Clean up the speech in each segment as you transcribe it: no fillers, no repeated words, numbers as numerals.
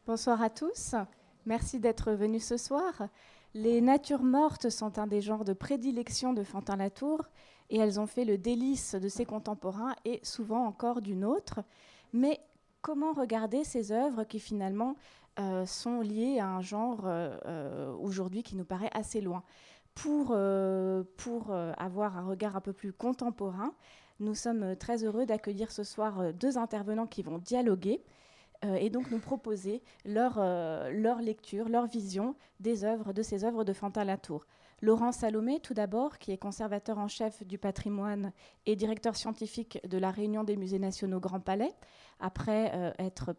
Bonsoir à tous. Merci d'être venus ce soir. Les natures mortes sont un des genres de prédilection de Fantin-Latour et elles ont fait le délice de ses contemporains et souvent encore du nôtre. Mais comment regarder ces œuvres qui finalement sont liées à un genre aujourd'hui qui nous paraît assez loin? Pour avoir un regard un peu plus contemporain, nous sommes très heureux d'accueillir ce soir deux intervenants qui vont dialoguer et donc nous proposer leur lecture, leur vision de ces œuvres de Fantin-Latour. Laurent Salomé, tout d'abord, qui est conservateur en chef du patrimoine et directeur scientifique de la Réunion des musées nationaux Grand Palais, après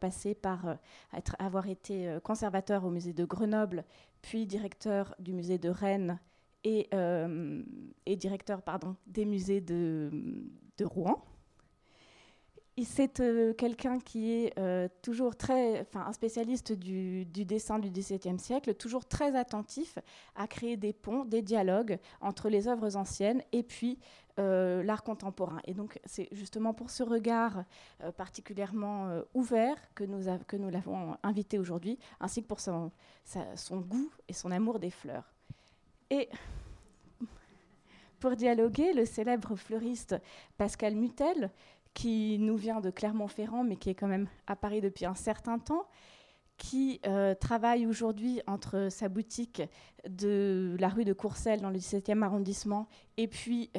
avoir été conservateur au musée de Grenoble, puis directeur du musée de Rennes et directeur des musées de Rouen. C'est quelqu'un qui est toujours un spécialiste du dessin du XVIIe siècle, toujours très attentif à créer des ponts, des dialogues entre les œuvres anciennes et puis l'art contemporain. Et donc, c'est justement pour ce regard particulièrement ouvert que nous l'avons invité aujourd'hui, ainsi que pour son goût et son amour des fleurs. Et pour dialoguer, le célèbre fleuriste Pascal Mutel, qui nous vient de Clermont-Ferrand, mais qui est quand même à Paris depuis un certain temps, qui travaille aujourd'hui entre sa boutique de la rue de Courcelles dans le 17e arrondissement et puis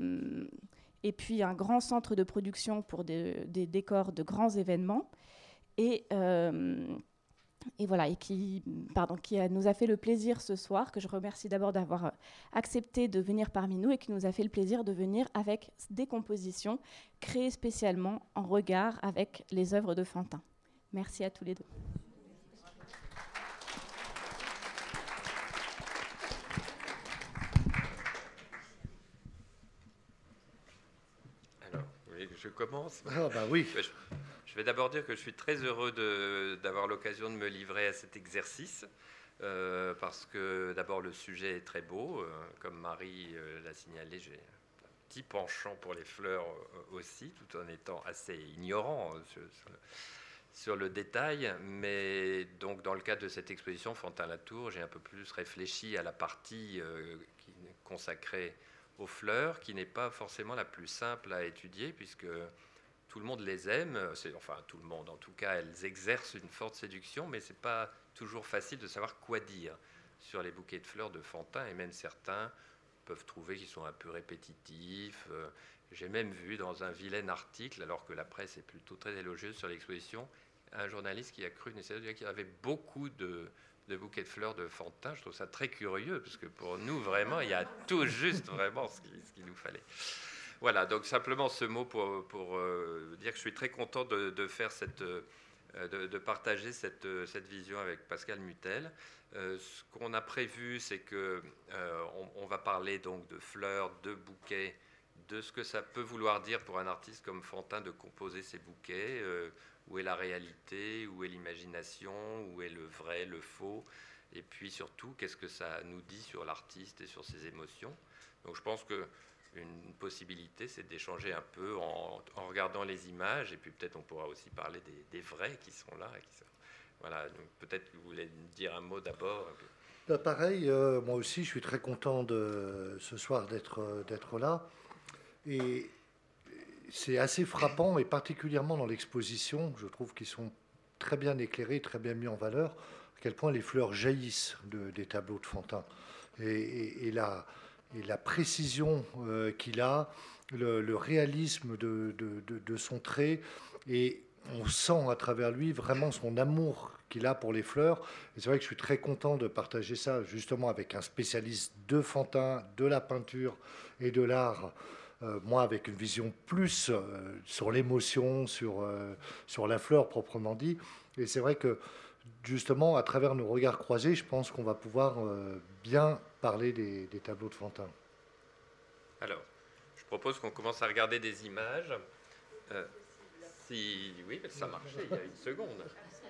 un grand centre de production pour des décors de grands événements. Et voilà, qui nous a fait le plaisir ce soir, que je remercie d'abord d'avoir accepté de venir parmi nous et qui nous a fait le plaisir de venir avec des compositions créées spécialement en regard avec les œuvres de Fantin. Merci à tous les deux. Alors, vous voulez que je commence ? Ah bah oui. Je vais d'abord dire que je suis très heureux d'avoir l'occasion de me livrer à cet exercice, parce que d'abord le sujet est très beau, comme Marie l'a signalé, j'ai un petit penchant pour les fleurs aussi, tout en étant assez ignorant sur le détail, mais donc dans le cadre de cette exposition Fantin-Latour, j'ai un peu plus réfléchi à la partie qui est consacrée aux fleurs, qui n'est pas forcément la plus simple à étudier, puisque tout le monde les aime, enfin tout le monde, en tout cas elles exercent une forte séduction, mais c'est pas toujours facile de savoir quoi dire sur les bouquets de fleurs de Fantin, et même certains peuvent trouver qu'ils sont un peu répétitifs. J'ai même vu dans un vilain article, alors que la presse est plutôt très élogieuse sur l'exposition, un journaliste qui a cru nécessaire de dire qu'il y avait beaucoup de bouquets de fleurs de Fantin. Je trouve ça très curieux, parce que pour nous, vraiment, il y a tout juste vraiment ce qu'il nous fallait. Voilà, donc simplement ce mot pour dire que je suis très content de faire de partager cette vision avec Pascal Mutel. Ce qu'on a prévu, c'est que on va parler donc de fleurs, de bouquets, de ce que ça peut vouloir dire pour un artiste comme Fantin de composer ses bouquets. Où est la réalité, où est l'imagination, où est le vrai, le faux, et puis surtout, qu'est-ce que ça nous dit sur l'artiste et sur ses émotions. Donc je pense que une possibilité, c'est d'échanger un peu en regardant les images, et puis peut-être on pourra aussi parler des vrais qui sont là. Voilà, donc peut-être que vous voulez dire un mot d'abord. Pareil, moi aussi, je suis très content ce soir d'être là. Et c'est assez frappant, et particulièrement dans l'exposition, je trouve qu'ils sont très bien éclairés, très bien mis en valeur, à quel point les fleurs jaillissent des tableaux de Fantin. Et la précision qu'il a, le réalisme de son trait, et on sent à travers lui vraiment son amour qu'il a pour les fleurs. Et c'est vrai que je suis très content de partager ça justement avec un spécialiste de Fantin, de la peinture et de l'art. Moi, avec une vision plus sur l'émotion, sur la fleur proprement dit. Et c'est vrai que justement, à travers nos regards croisés, je pense qu'on va pouvoir bien parler des tableaux de Fantin. Alors, je propose qu'on commence à regarder des images. Oui, ça marchait il y a une seconde.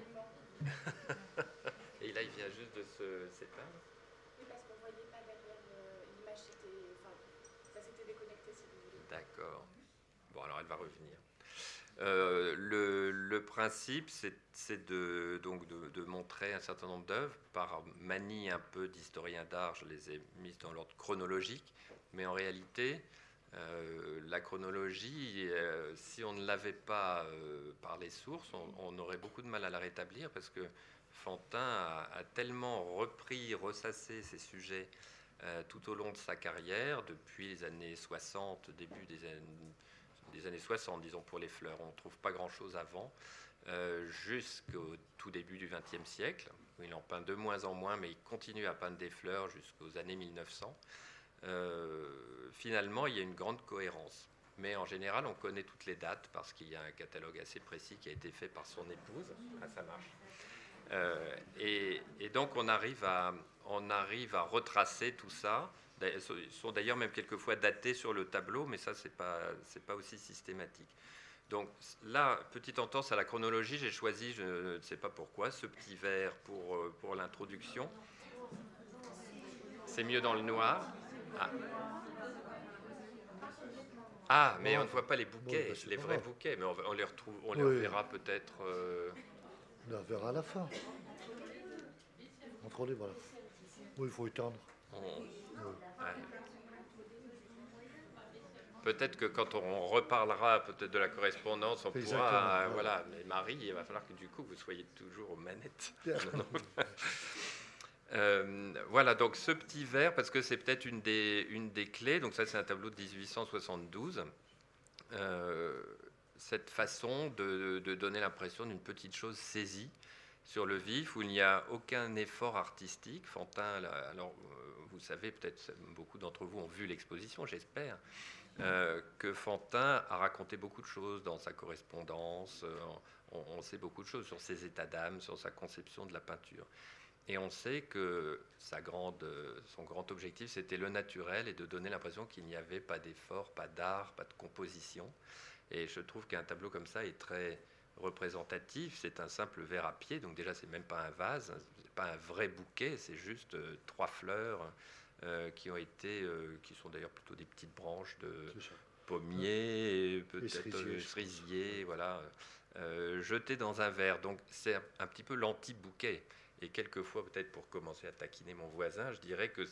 Et là, il vient juste de s'éteindre. Oui, parce qu'on ne voyait pas derrière l'image, ça s'était déconnecté si vous voulez. D'accord. Bon, alors elle va revenir. Le principe, c'est de montrer un certain nombre d'œuvres. Par manie un peu d'historien d'art, je les ai mises dans l'ordre chronologique, mais en réalité, la chronologie, si on ne l'avait pas par les sources, on aurait beaucoup de mal à la rétablir, parce que Fantin a tellement ressassé ces sujets tout au long de sa carrière, depuis les années 60, début des années 60, disons, pour les fleurs. On ne trouve pas grand-chose avant, jusqu'au tout début du XXe siècle, où il en peint de moins en moins, mais il continue à peindre des fleurs jusqu'aux années 1900. Finalement, il y a une grande cohérence. Mais en général, on connaît toutes les dates, parce qu'il y a un catalogue assez précis qui a été fait par son épouse. Ah, ça marche. Et donc, on arrive à retracer tout ça. Ils sont d'ailleurs même quelquefois datés sur le tableau, mais ça, c'est pas aussi systématique. Donc là, petite entorse à la chronologie, j'ai choisi, je ne sais pas pourquoi, ce petit vert pour l'introduction. C'est mieux dans le noir. Mais on ne voit pas les bouquets, les vrais bouquets, mais on les retrouve, on les reverra peut-être. On les reverra à la fin. Entre les, voilà. Oui, il faut éteindre. Peut-être que quand on reparlera peut-être de la correspondance, on pourra. Voilà, mais Marie, il va falloir que du coup vous soyez toujours aux manettes. Voilà, donc ce petit vers, parce que c'est peut-être une des clés. Donc ça, c'est un tableau de 1872. Cette façon de donner l'impression d'une petite chose saisie sur le vif, où il n'y a aucun effort artistique. Fantin, alors vous savez, peut-être beaucoup d'entre vous ont vu l'exposition, j'espère, que Fantin a raconté beaucoup de choses dans sa correspondance. On sait beaucoup de choses sur ses états d'âme, sur sa conception de la peinture. Et on sait que son grand objectif, c'était le naturel et de donner l'impression qu'il n'y avait pas d'effort, pas d'art, pas de composition. Et je trouve qu'un tableau comme ça est très représentatif. C'est un simple verre à pied, donc déjà, c'est même pas un vase, c'est pas un vrai bouquet, c'est juste 3 fleurs qui sont d'ailleurs plutôt des petites branches de pommier, peut-être cerisier, voilà, jetées dans un verre. Donc c'est un petit peu l'anti-bouquet. Et quelquefois, peut-être pour commencer à taquiner mon voisin, je dirais que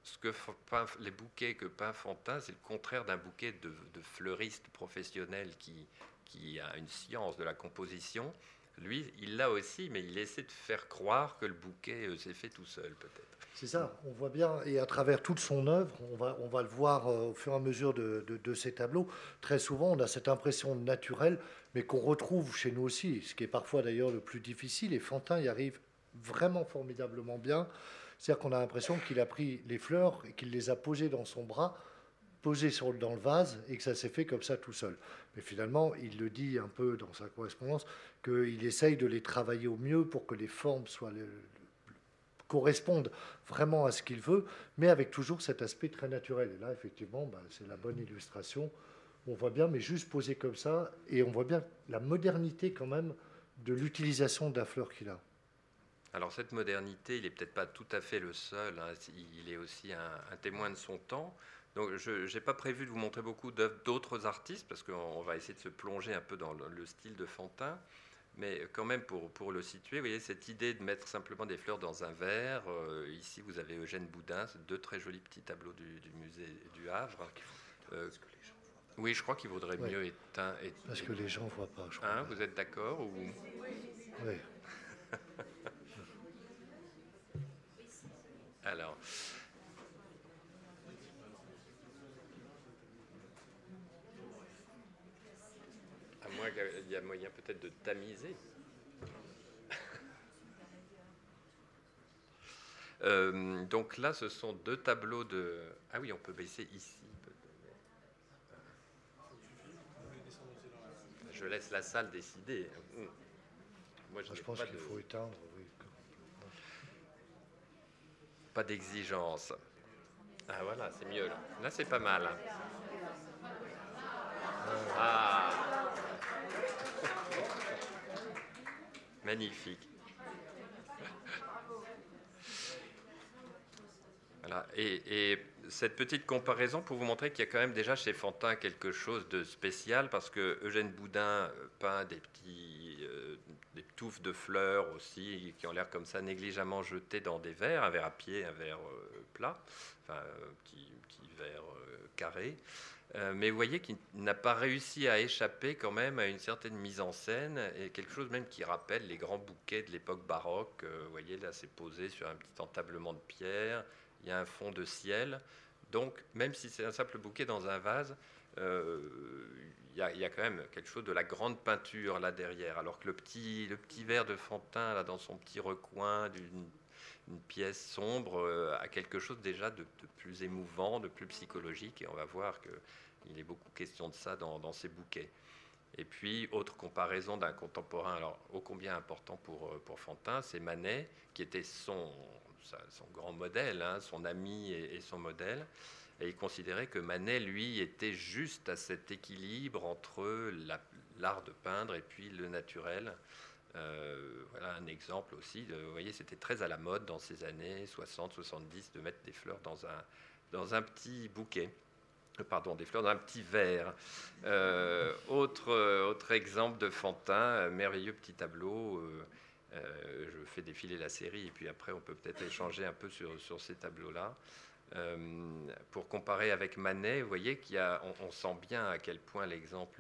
les bouquets que peint Fantin, c'est le contraire d'un bouquet de fleuriste professionnel qui a une science de la composition. Lui, il l'a aussi, mais il essaie de faire croire que le bouquet s'est fait tout seul, peut-être. C'est ça, on voit bien, et à travers toute son œuvre, on va le voir au fur et à mesure de ces tableaux. Très souvent, on a cette impression naturelle, mais qu'on retrouve chez nous aussi, ce qui est parfois d'ailleurs le plus difficile, et Fantin y arrive vraiment formidablement bien. C'est-à-dire qu'on a l'impression qu'il a pris les fleurs et qu'il les a posées dans son bras, posées dans le vase, et que ça s'est fait comme ça tout seul. Mais finalement, il le dit un peu dans sa correspondance, qu'il essaye de les travailler au mieux pour que les formes correspondent vraiment à ce qu'il veut, mais avec toujours cet aspect très naturel. Et là, effectivement, c'est la bonne illustration. On voit bien, mais juste posé comme ça, et on voit bien la modernité quand même de l'utilisation de la fleur qu'il a. Alors cette modernité, il n'est peut-être pas tout à fait le seul, hein. Il est aussi un témoin de son temps. Donc je n'ai pas prévu de vous montrer beaucoup d'œuvres d'autres artistes, parce qu'on va essayer de se plonger un peu dans le style de Fantin. Mais quand même, pour le situer, vous voyez, cette idée de mettre simplement des fleurs dans un verre. Ici, vous avez Eugène Boudin, 2 très jolis petits tableaux du musée du Havre. Oui, je crois qu'il vaudrait mieux éteindre. Parce que les gens ne voient pas, je crois. Hein, vous êtes d'accord ou... Oui. Alors... À moins qu'il y a moyen peut-être de tamiser. Donc là, ce sont 2 tableaux de... Ah oui, on peut baisser ici. Je laisse la salle décider. Moi, je pense qu'il faut éteindre, oui. Pas d'exigence. Ah voilà, c'est mieux là. Là, c'est pas mal. Ah. Magnifique. Voilà. Et cette petite comparaison pour vous montrer qu'il y a quand même déjà chez Fantin quelque chose de spécial, parce que Eugène Boudin peint des touffes de fleurs aussi, qui ont l'air comme ça négligemment jetées dans des verres, un verre à pied, un verre plat, enfin petit verre carré. Mais vous voyez qu'il n'a pas réussi à échapper quand même à une certaine mise en scène, et quelque chose même qui rappelle les grands bouquets de l'époque baroque. Vous voyez, là c'est posé sur un petit entablement de pierre, il y a un fond de ciel. Donc même si c'est un simple bouquet dans un vase, il y a quand même quelque chose de la grande peinture là derrière, alors que le petit verre de Fantin là dans son petit recoin une pièce sombre a quelque chose déjà de plus émouvant, de plus psychologique, et on va voir qu'il est beaucoup question de ça dans ces bouquets. Et puis, autre comparaison d'un contemporain, alors ô combien important pour Fantin, c'est Manet, qui était son grand modèle, hein, son ami et son modèle. Et il considérait que Manet, lui, était juste à cet équilibre entre l'art de peindre et puis le naturel. Voilà un exemple aussi. Vous voyez, c'était très à la mode dans ces années 60-70 de mettre des fleurs dans un petit bouquet. Pardon, des fleurs dans un petit verre. Autre exemple de Fantin, merveilleux petit tableau. Je fais défiler la série et puis après on peut peut-être échanger un peu sur ces tableaux-là. Pour comparer avec Manet, vous voyez on sent bien à quel point l'exemple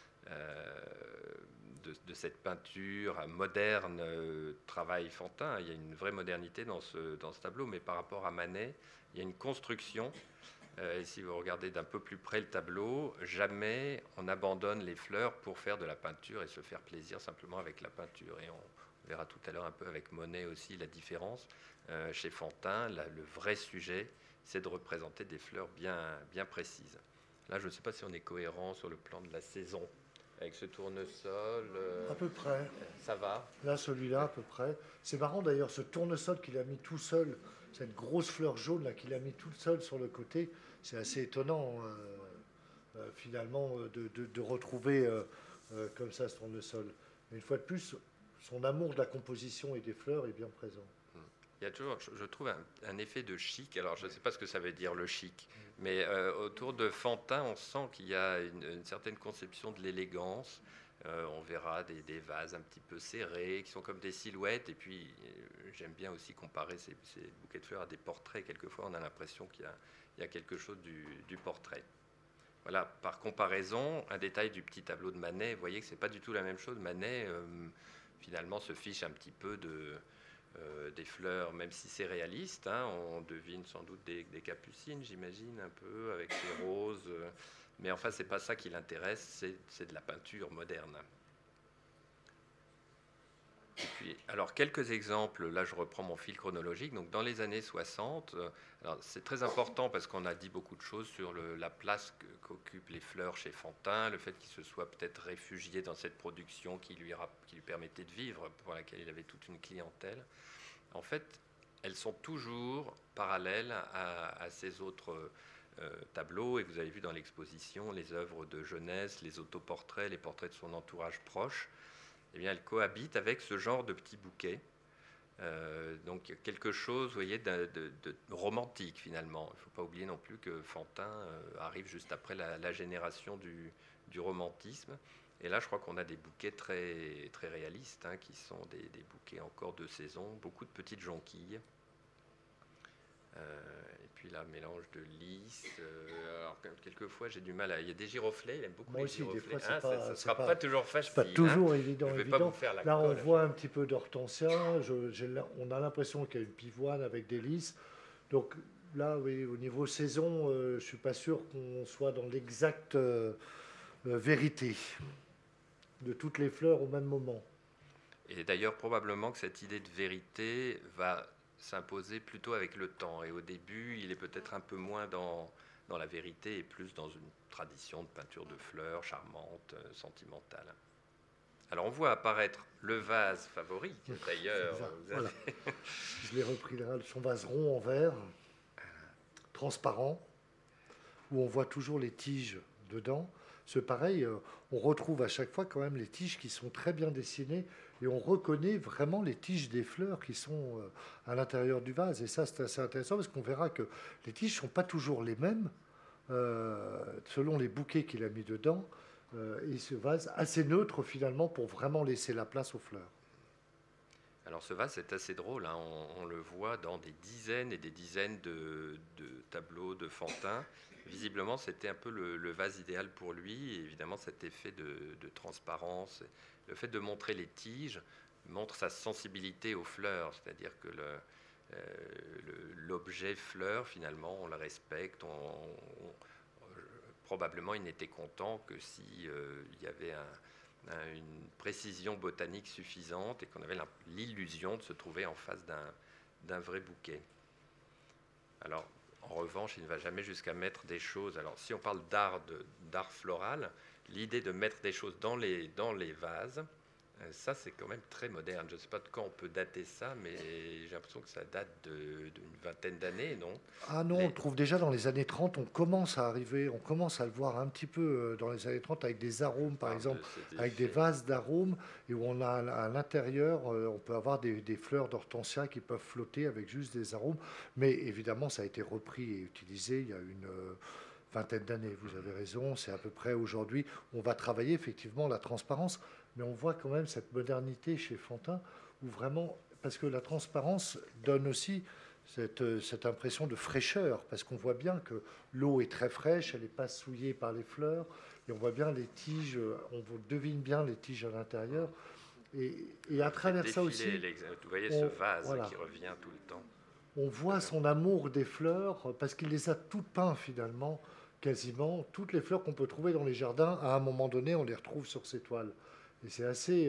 de cette peinture moderne travaille Fantin. Il y a une vraie modernité dans ce tableau, mais par rapport à Manet, il y a une construction. Et si vous regardez d'un peu plus près le tableau, jamais on abandonne les fleurs pour faire de la peinture et se faire plaisir simplement avec la peinture. Et on verra tout à l'heure un peu avec Monet aussi la différence. Chez Fantin, le vrai sujet, c'est de représenter des fleurs bien précises. Là, je ne sais pas si on est cohérent sur le plan de la saison avec ce tournesol. À peu près. Ça va. Là, celui-là, à peu près. C'est marrant d'ailleurs, ce tournesol qu'il a mis tout seul, cette grosse fleur jaune là qu'il a mis tout seul sur le côté, c'est assez étonnant finalement de retrouver comme ça ce tournesol. Mais une fois de plus, son amour de la composition et des fleurs est bien présent. Il y a toujours, je trouve, un effet de chic. Alors, je ne sais pas ce que ça veut dire, le chic, mais autour de Fantin, on sent qu'il y a une certaine conception de l'élégance. On verra des vases un petit peu serrés, qui sont comme des silhouettes. Et puis, j'aime bien aussi comparer ces bouquets de fleurs à des portraits. Quelquefois, on a l'impression qu'il y a quelque chose du portrait. Voilà, par comparaison, un détail du petit tableau de Manet, vous voyez que ce n'est pas du tout la même chose. Manet, finalement, se fiche un petit peu des fleurs, même si c'est réaliste, hein, on devine sans doute des capucines, j'imagine, un peu, avec ces roses. Mais enfin, c'est pas ça qui l'intéresse, c'est de la peinture moderne. Et puis, alors, quelques exemples, là je reprends mon fil chronologique. Donc, dans les années 60, alors, c'est très important parce qu'on a dit beaucoup de choses sur la place qu'occupent les fleurs chez Fantin, le fait qu'il se soit peut-être réfugié dans cette production qui lui permettait de vivre, pour laquelle il avait toute une clientèle. En fait, elles sont toujours parallèles à ces autres tableaux, et vous avez vu dans l'exposition les œuvres de jeunesse, les autoportraits, les portraits de son entourage proche. Eh bien, elles cohabitent avec ce genre de petits bouquets. Donc quelque chose, vous voyez, de romantique finalement. Il ne faut pas oublier non plus que Fantin arrive juste après la génération du romantisme. Et là, je crois qu'on a des bouquets très, très réalistes, hein, qui sont des bouquets encore de saison, beaucoup de petites jonquilles. Et puis là, mélange de lys. Alors, quelquefois, j'ai du mal à... Il y a des giroflets, il aime beaucoup les giroflets. Des fois, ça ne sera pas toujours facile. C'est pas toujours hein. évident. Je vais pas vous faire la là, on colle, voit un petit peu d'hortensia. On a l'impression qu'il y a une pivoine avec des lys. Donc là, oui, au niveau saison, je ne suis pas sûr qu'on soit dans l'exacte vérité de toutes les fleurs au même moment. Et d'ailleurs, probablement que cette idée de vérité va s'imposer plutôt avec le temps. Et au début, il est peut-être un peu moins dans la vérité et plus dans une tradition de peinture de fleurs charmante, sentimentale. Alors, on voit apparaître le vase favori, d'ailleurs. Voilà. Je l'ai repris là, son vase rond en verre, transparent, où on voit toujours les tiges dedans. C'est pareil, on retrouve à chaque fois quand même les tiges qui sont très bien dessinées, et on reconnaît vraiment les tiges des fleurs qui sont à l'intérieur du vase. Et ça, c'est assez intéressant parce qu'on verra que les tiges ne sont pas toujours les mêmes selon les bouquets qu'il a mis dedans. Et ce vase assez neutre finalement pour vraiment laisser la place aux fleurs. Alors ce vase est assez drôle, hein. On le voit dans des dizaines et des dizaines de tableaux de Fantin. Visiblement, c'était un peu le vase idéal pour lui. Et évidemment, cet effet de transparence, le fait de montrer les tiges, montre sa sensibilité aux fleurs. C'est-à-dire que l'objet fleur, finalement, on le respecte. Probablement, il n'était content que s'il y avait une précision botanique suffisante et qu'on avait l'illusion de se trouver en face d'un vrai bouquet. Alors, en revanche, il ne va jamais jusqu'à mettre des choses. Alors, si on parle d'art floral, l'idée de mettre des choses dans les vases, ça, c'est quand même très moderne. Je ne sais pas de quand on peut dater ça, mais j'ai l'impression que ça date d'une vingtaine d'années, non? Ah non, on le trouve déjà dans les années 30, on commence à arriver, on commence à le voir un petit peu dans les années 30 avec des arômes, par exemple, avec des vases d'arômes, et où on a à l'intérieur, on peut avoir des fleurs d'hortensia qui peuvent flotter avec juste des arômes, mais évidemment, ça a été repris et utilisé il y a une vingtaine d'années, vous avez raison, c'est à peu près aujourd'hui, on va travailler effectivement la transparence, mais on voit quand même cette modernité chez Fantin, où vraiment, parce que la transparence donne aussi cette impression de fraîcheur, parce qu'on voit bien que l'eau est très fraîche, elle n'est pas souillée par les fleurs, et on voit bien les tiges, on devine bien les tiges à l'intérieur, et à travers ça aussi, vous voyez ce vase qui revient tout le temps. On voit son amour des fleurs, parce qu'il les a toutes peintes finalement, quasiment, toutes les fleurs qu'on peut trouver dans les jardins, à un moment donné, on les retrouve sur ces toiles. Et c'est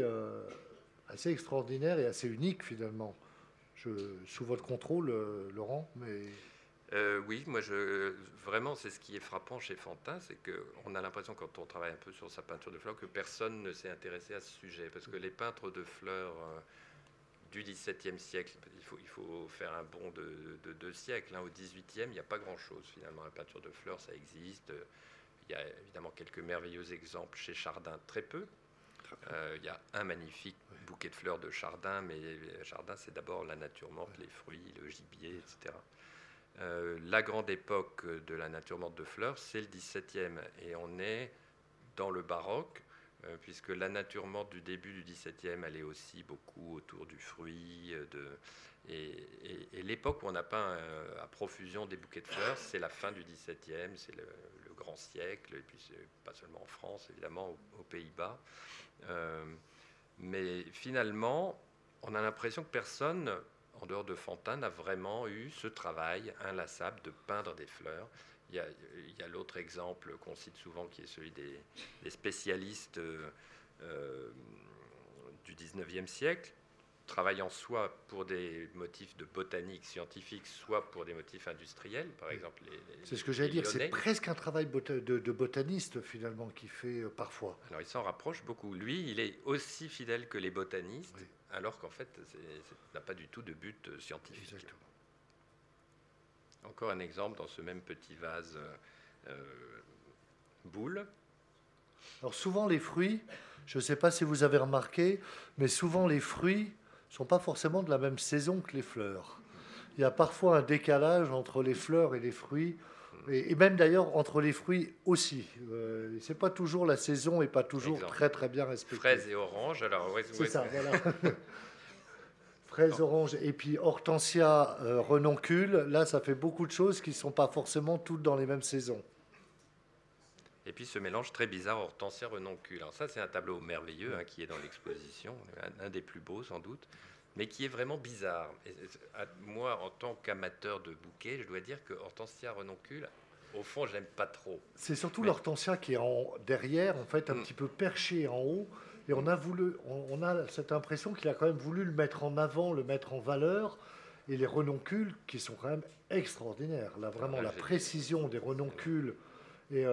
assez extraordinaire et assez unique finalement. Sous votre contrôle, Laurent, mais... Oui, moi, vraiment, c'est ce qui est frappant chez Fantin, c'est qu'on a l'impression, quand on travaille un peu sur sa peinture de fleurs, que personne ne s'est intéressé à ce sujet, parce que les peintres de fleurs du XVIIe siècle, il faut faire un bond de 2 siècles, hein, au XVIIIe, il n'y a pas grand-chose, finalement. La peinture de fleurs, ça existe. Il y a évidemment quelques merveilleux exemples chez Chardin, très peu. Il y a un magnifique bouquet de fleurs de Chardin, mais Chardin, c'est d'abord la nature morte, les fruits, le gibier, etc. La grande époque de la nature morte de fleurs, c'est le XVIIe, et on est dans le baroque, puisque la nature morte du début du XVIIe, elle est aussi beaucoup autour du fruit, et l'époque où on n'a pas à profusion des bouquets de fleurs, c'est la fin du XVIIe, c'est le grand siècle, et puis c'est pas seulement en France, évidemment, aux Pays-Bas. Mais finalement, on a l'impression que personne, en dehors de Fantin, n'a vraiment eu ce travail inlassable de peindre des fleurs. Il y a l'autre exemple qu'on cite souvent, qui est celui des spécialistes du XIXe siècle, travaillant soit pour des motifs de botanique scientifique, soit pour des motifs industriels, par exemple. C'est ce que j'allais dire, c'est presque un travail de botaniste finalement qui fait parfois. Alors il s'en rapproche beaucoup. Lui, il est aussi fidèle que les botanistes, oui, alors qu'en fait, ça n'a pas du tout de but scientifique. Exactement. Encore un exemple dans ce même petit vase boule. Alors souvent les fruits, je ne sais pas si vous avez remarqué, mais souvent les fruits ne sont pas forcément de la même saison que les fleurs. Il y a parfois un décalage entre les fleurs et les fruits, et même d'ailleurs entre les fruits aussi. C'est pas toujours la saison et pas toujours très très bien respectée. Fraises et oranges, alors ouais, c'est ça, voilà. Fraises, oranges, et puis hortensia, renoncule. Là, ça fait beaucoup de choses qui ne sont pas forcément toutes dans les mêmes saisons. Et puis ce mélange très bizarre hortensia renoncule. Alors ça, c'est un tableau merveilleux qui est dans l'exposition, un des plus beaux sans doute, mais qui est vraiment bizarre. Et moi, en tant qu'amateur de bouquets, je dois dire que hortensia renoncule, au fond, je n'aime pas trop. C'est surtout l'hortensia qui est derrière, en fait, un petit peu perché en haut. Et on a cette impression qu'il a quand même voulu le mettre en avant, le mettre en valeur. Et les renoncules, qui sont quand même extraordinaires. Là, vraiment, la précision des renoncules et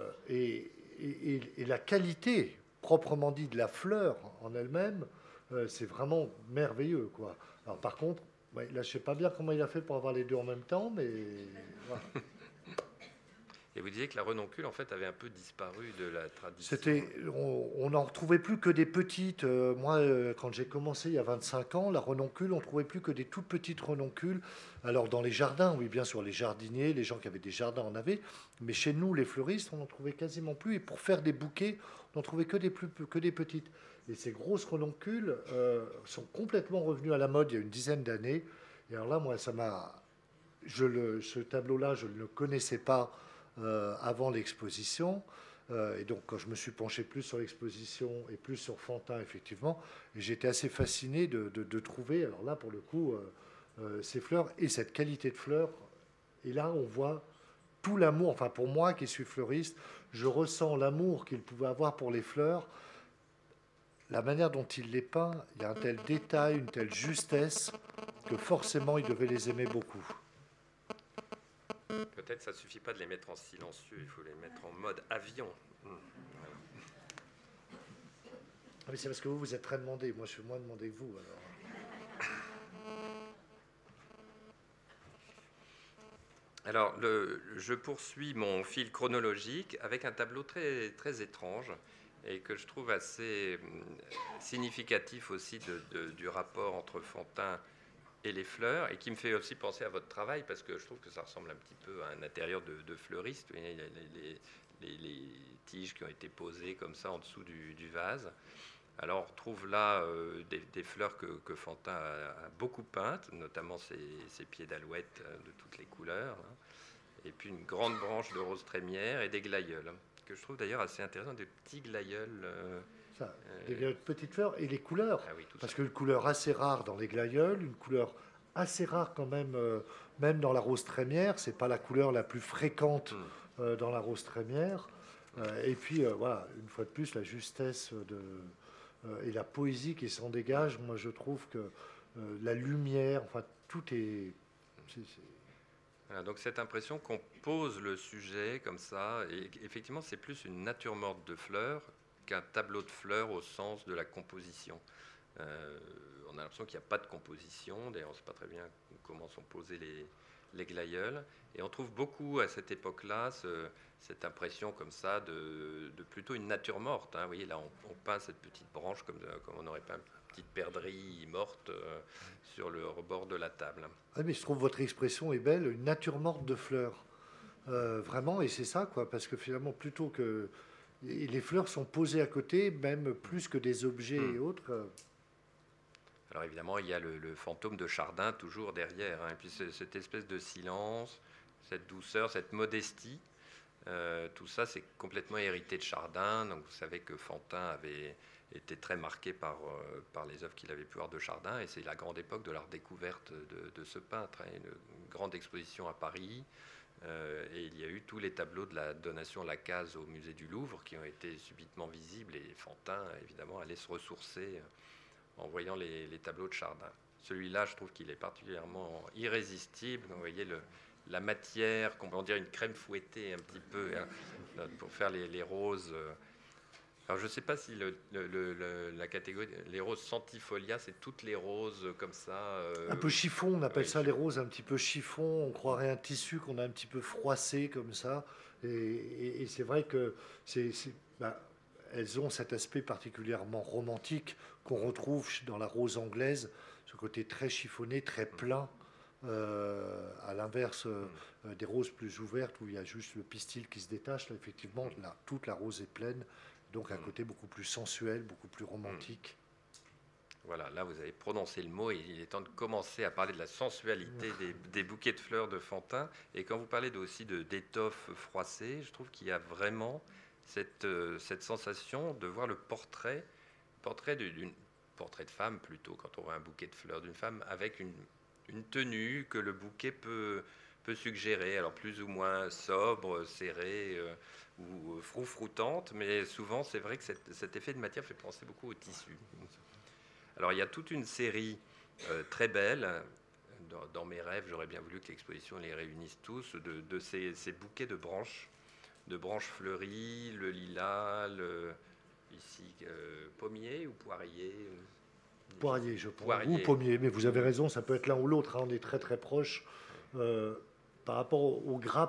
la qualité, proprement dit, de la fleur en elle-même, c'est vraiment merveilleux, quoi. Alors, par contre, là, je ne sais pas bien comment il a fait pour avoir les deux en même temps, mais voilà. Et vous disiez que la renoncule, en fait, avait un peu disparu de la tradition. On n'en retrouvait plus que des petites. Moi, quand j'ai commencé il y a 25 ans, la renoncule, on ne trouvait plus que des toutes petites renoncules. Alors, dans les jardins, oui, bien sûr, les jardiniers, les gens qui avaient des jardins en avaient. Mais chez nous, les fleuristes, on n'en trouvait quasiment plus. Et pour faire des bouquets, on n'en trouvait que des petites. Et ces grosses renoncules sont complètement revenues à la mode il y a une dizaine d'années. Et alors là, moi, ça m'a. Ce tableau-là, je ne le connaissais pas avant l'exposition. Et donc, quand je me suis penché plus sur l'exposition et plus sur Fantin, effectivement, j'étais assez fasciné de trouver, alors là, pour le coup, ces fleurs et cette qualité de fleurs. Et là, on voit tout l'amour. Enfin, pour moi qui suis fleuriste, je ressens l'amour qu'il pouvait avoir pour les fleurs. La manière dont il les peint, il y a un tel détail, une telle justesse, que forcément, il devait les aimer beaucoup. Peut-être ça ne suffit pas de les mettre en silencieux, il faut les mettre en mode avion. Voilà. Ah, mais c'est parce que vous êtes très demandé. Moi, je suis moins demandé que vous. Alors, je poursuis mon fil chronologique avec un tableau très, très étrange et que je trouve assez significatif aussi du rapport entre Fantin et les fleurs, et qui me fait aussi penser à votre travail, parce que je trouve que ça ressemble un petit peu à un intérieur de fleuriste. Il y a les tiges qui ont été posées comme ça en dessous du vase. Alors on retrouve là des fleurs que Fantin a beaucoup peintes, notamment ces pieds d'alouette de toutes les couleurs, hein. Et puis une grande branche de rose trémière et des glaïeuls, hein, que je trouve d'ailleurs assez intéressant, des petits glaïeuls. Des petites fleurs et les couleurs. Ah oui, parce qu'une couleur assez rare dans les glaïeuls, une couleur assez rare quand même, même dans la rose trémière, c'est pas la couleur la plus fréquente dans la rose trémière. Et puis voilà, une fois de plus, la justesse et la poésie qui s'en dégage. Moi, je trouve que la lumière, enfin, tout est. Voilà, donc cette impression qu'on pose le sujet comme ça, et effectivement, c'est plus une nature morte de fleurs qu'un tableau de fleurs au sens de la composition. On a l'impression qu'il n'y a pas de composition, d'ailleurs on ne sait pas très bien comment sont posés les glaïeuls, et on trouve beaucoup à cette époque-là cette impression comme ça de plutôt une nature morte, hein. Vous voyez là on peint cette petite branche comme on aurait peint une petite perdrix morte sur le rebord de la table. Ah, mais je trouve votre expression est belle, une nature morte de fleurs. Vraiment, et c'est ça, quoi, parce que finalement, plutôt que. Et les fleurs sont posées à côté, même plus que des objets et autres. Alors évidemment, il y a le fantôme de Chardin toujours derrière, hein, et puis cette espèce de silence, cette douceur, cette modestie, tout ça c'est complètement hérité de Chardin. Donc vous savez que Fantin avait été très marqué par les œuvres qu'il avait pu voir de Chardin, et c'est la grande époque de la redécouverte de ce peintre, hein, une grande exposition à Paris. Et il y a eu tous les tableaux de la donation Lacaze au musée du Louvre qui ont été subitement visibles, et Fantin évidemment allait se ressourcer en voyant les tableaux de Chardin. Celui-là, je trouve qu'il est particulièrement irrésistible. Vous voyez la matière, qu'on peut en dire une crème fouettée un petit peu, hein, pour faire les roses. Alors je ne sais pas si la catégorie, les roses centifolia, c'est toutes les roses comme ça. Un peu chiffon, on appelle ça les roses un petit peu chiffon. On croirait un tissu qu'on a un petit peu froissé comme ça. Et c'est vrai que elles ont cet aspect particulièrement romantique qu'on retrouve dans la rose anglaise, ce côté très chiffonné, très plein, à l'inverse des roses plus ouvertes où il y a juste le pistil qui se détache. Là, effectivement, là, toute la rose est pleine, donc un côté beaucoup plus sensuel, beaucoup plus romantique. Voilà, là vous avez prononcé le mot, et il est temps de commencer à parler de la sensualité des bouquets de fleurs de Fantin. Et quand vous parlez aussi d'étoffes froissées, je trouve qu'il y a vraiment cette sensation de voir le portrait d'une portrait de femme plutôt, quand on voit un bouquet de fleurs d'une femme avec une tenue que le bouquet peut suggérer, alors plus ou moins sobre, serrée ou froufroutante, mais souvent c'est vrai que cet effet de matière fait penser beaucoup au tissu. Alors il y a toute une série très belle. Dans mes rêves, j'aurais bien voulu que l'exposition les réunisse tous, de ces bouquets de branches fleuries, le lilas, ici pommier ou poirier. Poirier, je pense. Poirier. Ou pommier, mais vous avez raison, ça peut être l'un ou l'autre, hein, on est très très proche. Par rapport aux grappes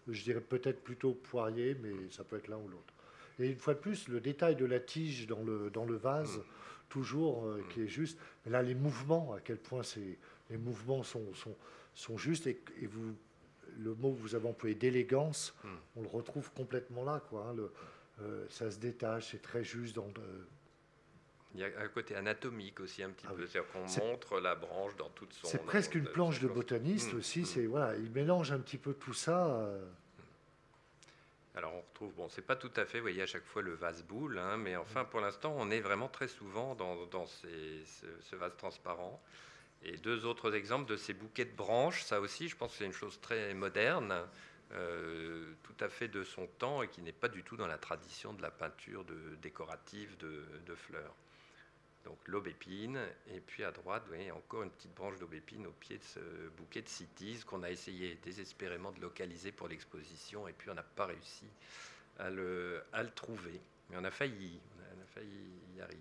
je dirais peut-être plutôt poirier, mais ça peut être l'un ou l'autre. Et une fois de plus, le détail de la tige dans le vase, toujours, qui est juste. Mais là, les mouvements, à quel point les mouvements sont justes. Et vous, le mot que vous avez employé d'élégance, on le retrouve complètement là, quoi. Ça se détache, c'est très juste. Il y a un côté anatomique aussi un petit peu, Oui. c'est-à-dire qu'on montre la branche dans toute son... C'est presque une planche de botaniste aussi. Voilà, il mélange un petit peu tout ça. Alors on retrouve, bon, c'est pas tout à fait, vous voyez, à chaque fois le vase boule, hein, mais enfin pour l'instant on est vraiment très souvent dans ce vase transparent. Et deux autres exemples de ces bouquets de branches, ça aussi je pense que c'est une chose très moderne, tout à fait de son temps et qui n'est pas du tout dans la tradition de la peinture décorative de fleurs. Donc l'aubépine, et puis à droite, vous voyez, encore une petite branche d'aubépine au pied de ce bouquet de cytises qu'on a essayé désespérément de localiser pour l'exposition, et puis on n'a pas réussi à le trouver. Mais on a failli y arriver.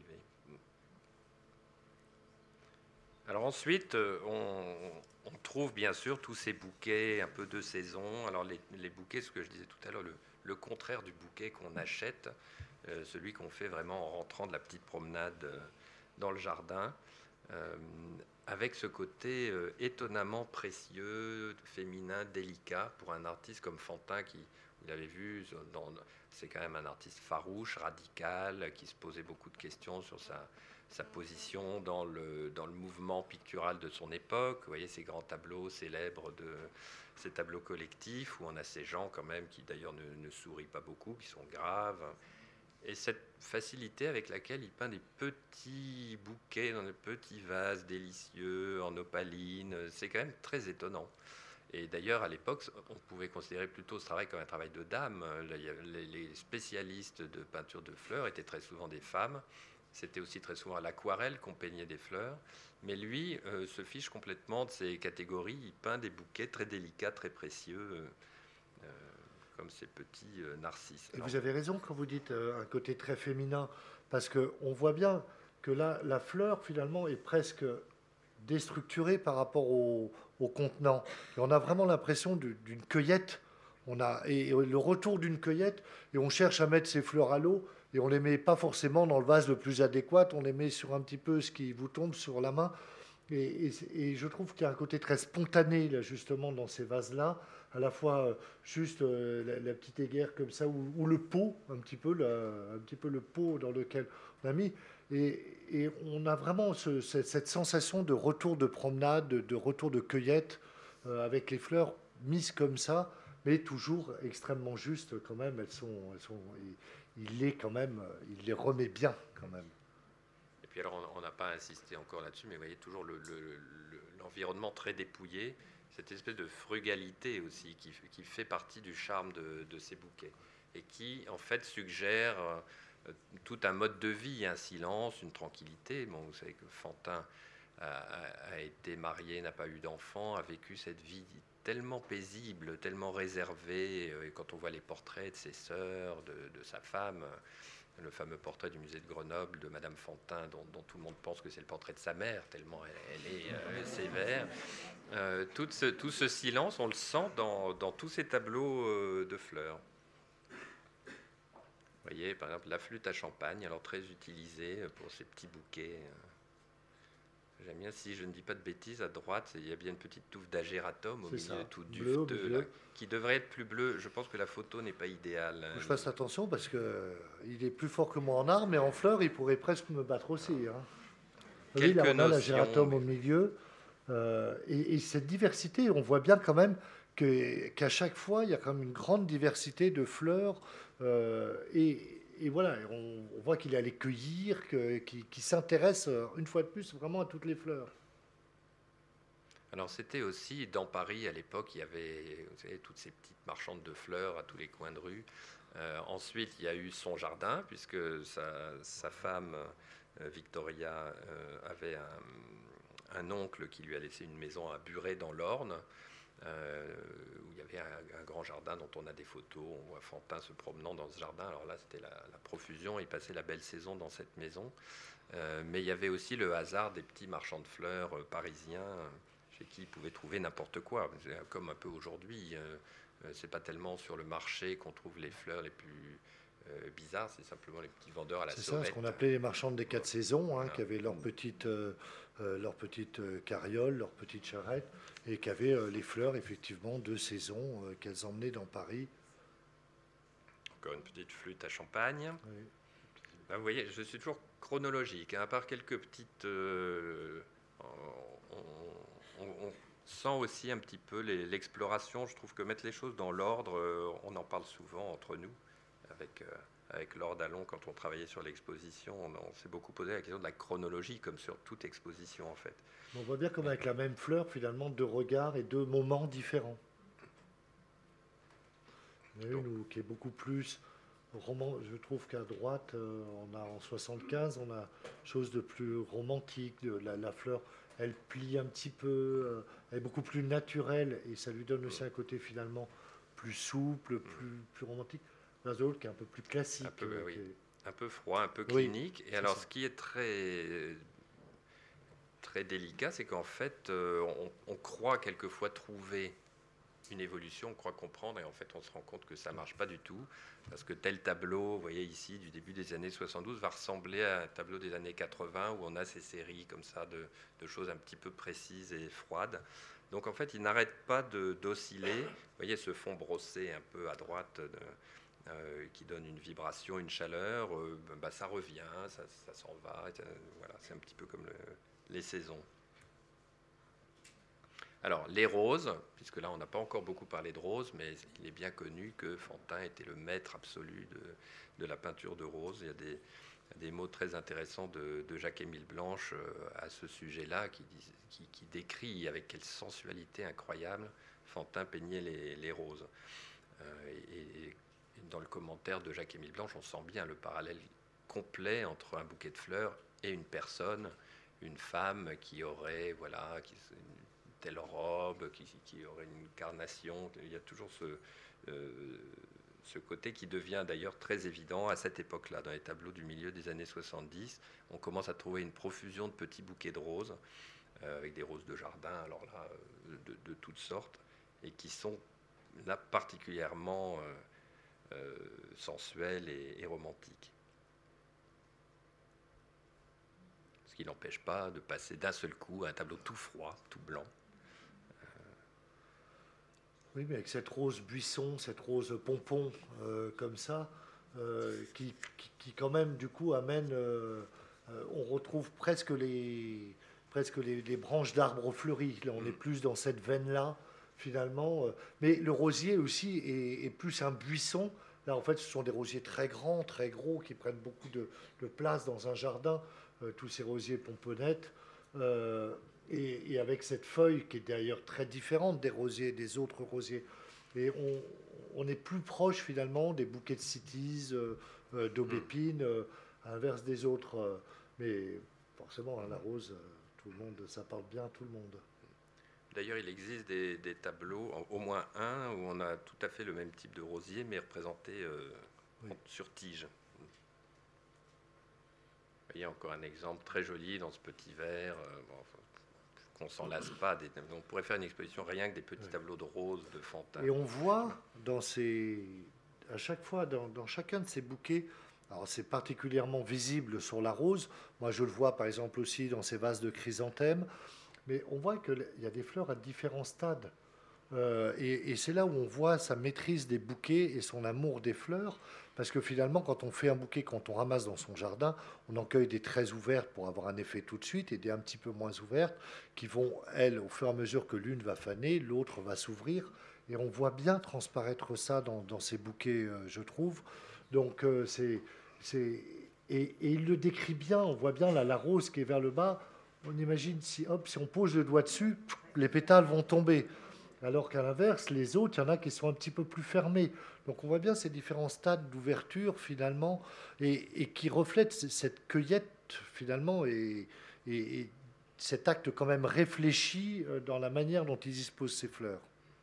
Alors ensuite, on trouve bien sûr tous ces bouquets un peu de saison. Alors les bouquets, ce que je disais tout à l'heure, le contraire du bouquet qu'on achète, celui qu'on fait vraiment en rentrant de la petite promenade dans le jardin, avec ce côté étonnamment précieux, féminin, délicat, pour un artiste comme Fantin, il avait vu, c'est quand même un artiste farouche, radical, qui se posait beaucoup de questions sur sa position dans le mouvement pictural de son époque. Vous voyez ces grands tableaux célèbres, ces tableaux collectifs, où on a ces gens quand même qui d'ailleurs ne sourient pas beaucoup, qui sont graves. Et cette facilité avec laquelle il peint des petits bouquets dans des petits vases délicieux, en opaline, c'est quand même très étonnant. Et d'ailleurs, à l'époque, on pouvait considérer plutôt ce travail comme un travail de dame. Les spécialistes de peinture de fleurs étaient très souvent des femmes. C'était aussi très souvent à l'aquarelle qu'on peignait des fleurs. Mais lui se fiche complètement de ces catégories. Il peint des bouquets très délicats, très précieux, comme ces petits narcisses. Et vous avez raison quand vous dites un côté très féminin, parce qu'on voit bien que là, la fleur, finalement, est presque déstructurée par rapport au contenant. Et on a vraiment l'impression d'une cueillette. Et le retour d'une cueillette, et on cherche à mettre ces fleurs à l'eau, et on les met pas forcément dans le vase le plus adéquat, on les met sur un petit peu ce qui vous tombe sur la main. Et je trouve qu'il y a un côté très spontané, là, justement, dans ces vases-là, à la fois juste la petite aiguère comme ça, ou le pot, un petit peu le pot dans lequel on a mis. Et on a vraiment cette sensation de retour de promenade, de retour de cueillette, avec les fleurs mises comme ça, mais toujours extrêmement justes quand même. Il les remet bien quand même. Et puis alors, on n'a pas insisté encore là-dessus, mais vous voyez toujours l'environnement très dépouillé, cette espèce de frugalité aussi qui fait partie du charme de ces bouquets et qui, en fait, suggère tout un mode de vie, un silence, une tranquillité. Bon, vous savez que Fantin a été marié, n'a pas eu d'enfant, a vécu cette vie tellement paisible, tellement réservée. Et quand on voit les portraits de ses sœurs, de sa femme, le fameux portrait du musée de Grenoble de Madame Fantin, dont tout le monde pense que c'est le portrait de sa mère, tellement elle est sévère. Tout ce silence, on le sent dans tous ces tableaux de fleurs. Vous voyez, par exemple, la flûte à champagne, alors très utilisée pour ces petits bouquets. J'aime bien, si je ne dis pas de bêtises, à droite, il y a bien une petite touffe d'agératum au milieu, tout duveteux, là, qui devrait être plus bleu. Je pense que la photo n'est pas idéale. Faut que je fasse attention parce qu'il est plus fort que moi en art, mais en fleurs, il pourrait presque me battre aussi. Hein. Oui, là, on a l'agératum au milieu. Et cette diversité, on voit bien quand même qu'à chaque fois, il y a quand même une grande diversité de fleurs. Et voilà, on voit qu'il est allé cueillir, qu'il s'intéresse une fois de plus vraiment à toutes les fleurs. Alors c'était aussi dans Paris à l'époque, il y avait, vous savez, toutes ces petites marchandes de fleurs à tous les coins de rue. Ensuite, il y a eu son jardin, puisque sa femme, Victoria, avait un oncle qui lui a laissé une maison à Buret dans l'Orne, où il y avait un grand jardin dont on a des photos. On voit Fantin se promenant dans ce jardin. Alors là, c'était la profusion. Il passait la belle saison dans cette maison. Mais il y avait aussi le hasard des petits marchands de fleurs parisiens. chez qui ils pouvaient trouver n'importe quoi. Comme un peu aujourd'hui, c'est pas tellement sur le marché qu'on trouve les fleurs les plus bizarres, c'est simplement les petits vendeurs à la sauvette. C'est ça, ce qu'on appelait les marchandes des 4 saisons, Voilà. qui avaient leur petite carriole, leur petite charrette, et qui avaient les fleurs, effectivement, de saison qu'elles emmenaient dans Paris. Encore une petite flûte à champagne. Oui. Là, vous voyez, je suis toujours chronologique, à part quelques petites... on sent aussi un petit peu l'exploration. Je trouve que mettre les choses dans l'ordre, on en parle souvent entre nous, avec Laure Dallon, quand on travaillait sur l'exposition, on s'est beaucoup posé la question de la chronologie, comme sur toute exposition en fait. On voit bien comme avec la même fleur, finalement, 2 regards et 2 moments différents. Il y en a une qui est beaucoup plus roman. Je trouve qu'à droite, on a en 75, on a chose de plus romantique. La fleur, elle plie un petit peu, elle est beaucoup plus naturelle et ça lui donne aussi un côté finalement plus souple, plus romantique. L'autre qui est un peu plus classique. Un peu froid, un peu clinique. Et alors, ce qui est très, très délicat, c'est qu'en fait, on croit quelquefois trouver une évolution, on croit comprendre, et en fait, on se rend compte que ça ne marche pas du tout, parce que tel tableau, vous voyez ici, du début des années 72, va ressembler à un tableau des années 80, où on a ces séries comme ça de choses un petit peu précises et froides. Donc, en fait, il n'arrête pas d'osciller. Vous voyez ce fond brossé un peu à droite, qui donne une vibration, une chaleur, ça revient, ça s'en va. Voilà, c'est un petit peu comme les saisons. Alors, les roses, puisque là, on n'a pas encore beaucoup parlé de roses, mais il est bien connu que Fantin était le maître absolu de la peinture de roses. Il y a des mots très intéressants de Jacques-Émile Blanche à ce sujet-là, qui décrit avec quelle sensualité incroyable Fantin peignait les roses. Et dans le commentaire de Jacques-Émile Blanche, on sent bien le parallèle complet entre un bouquet de fleurs et une personne, une femme qui aurait, voilà, une telle robe, qui aurait une carnation. Il y a toujours ce côté qui devient d'ailleurs très évident à cette époque-là. Dans les tableaux du milieu des années 70, on commence à trouver une profusion de petits bouquets de roses, avec des roses de jardin, alors là, de toutes sortes, et qui sont là particulièrement sensuelles et romantiques. Ce qui n'empêche pas de passer d'un seul coup à un tableau tout froid, tout blanc. Oui, mais avec cette rose buisson, cette rose pompon, comme ça, qui quand même, du coup, amène... on retrouve presque les branches d'arbres fleuris. Là, on est plus dans cette veine-là, finalement. Mais le rosier aussi est plus un buisson. Là, en fait, ce sont des rosiers très grands, très gros, qui prennent beaucoup de place dans un jardin, tous ces rosiers pomponnettes. Et avec cette feuille qui est d'ailleurs très différente des autres rosiers. Et on est plus proche finalement des bouquets de cytises, d'aubépines, à l'inverse des autres. Mais forcément, la rose, tout le monde, ça parle bien à tout le monde. D'ailleurs, il existe des tableaux, au moins un, où on a tout à fait le même type de rosier, mais représenté sur tige. Vous voyez encore un exemple très joli dans ce petit verre. Qu'on s'en lasse pas. On pourrait faire une exposition rien que des petits tableaux de roses, de Fantin. Et on voit à chaque fois, dans chacun de ces bouquets, alors c'est particulièrement visible sur la rose. Moi, je le vois par exemple aussi dans ces vases de chrysanthèmes. Mais on voit qu'il y a des fleurs à différents stades. Et c'est là où on voit sa maîtrise des bouquets et son amour des fleurs. Parce que finalement, quand on fait un bouquet, quand on ramasse dans son jardin, on en cueille des très ouvertes pour avoir un effet tout de suite et des un petit peu moins ouvertes qui vont, elles, au fur et à mesure que l'une va faner, l'autre va s'ouvrir. Et on voit bien transparaître ça dans ces bouquets, je trouve. Donc, et il le décrit bien. On voit bien la rose qui est vers le bas. On imagine si on pose le doigt dessus, les pétales vont tomber. Alors qu'à l'inverse, les autres, il y en a qui sont un petit peu plus fermés. Donc on voit bien ces différents stades d'ouverture finalement et qui reflètent cette cueillette finalement et cet acte quand même réfléchi dans la manière dont ils disposent ces fleurs.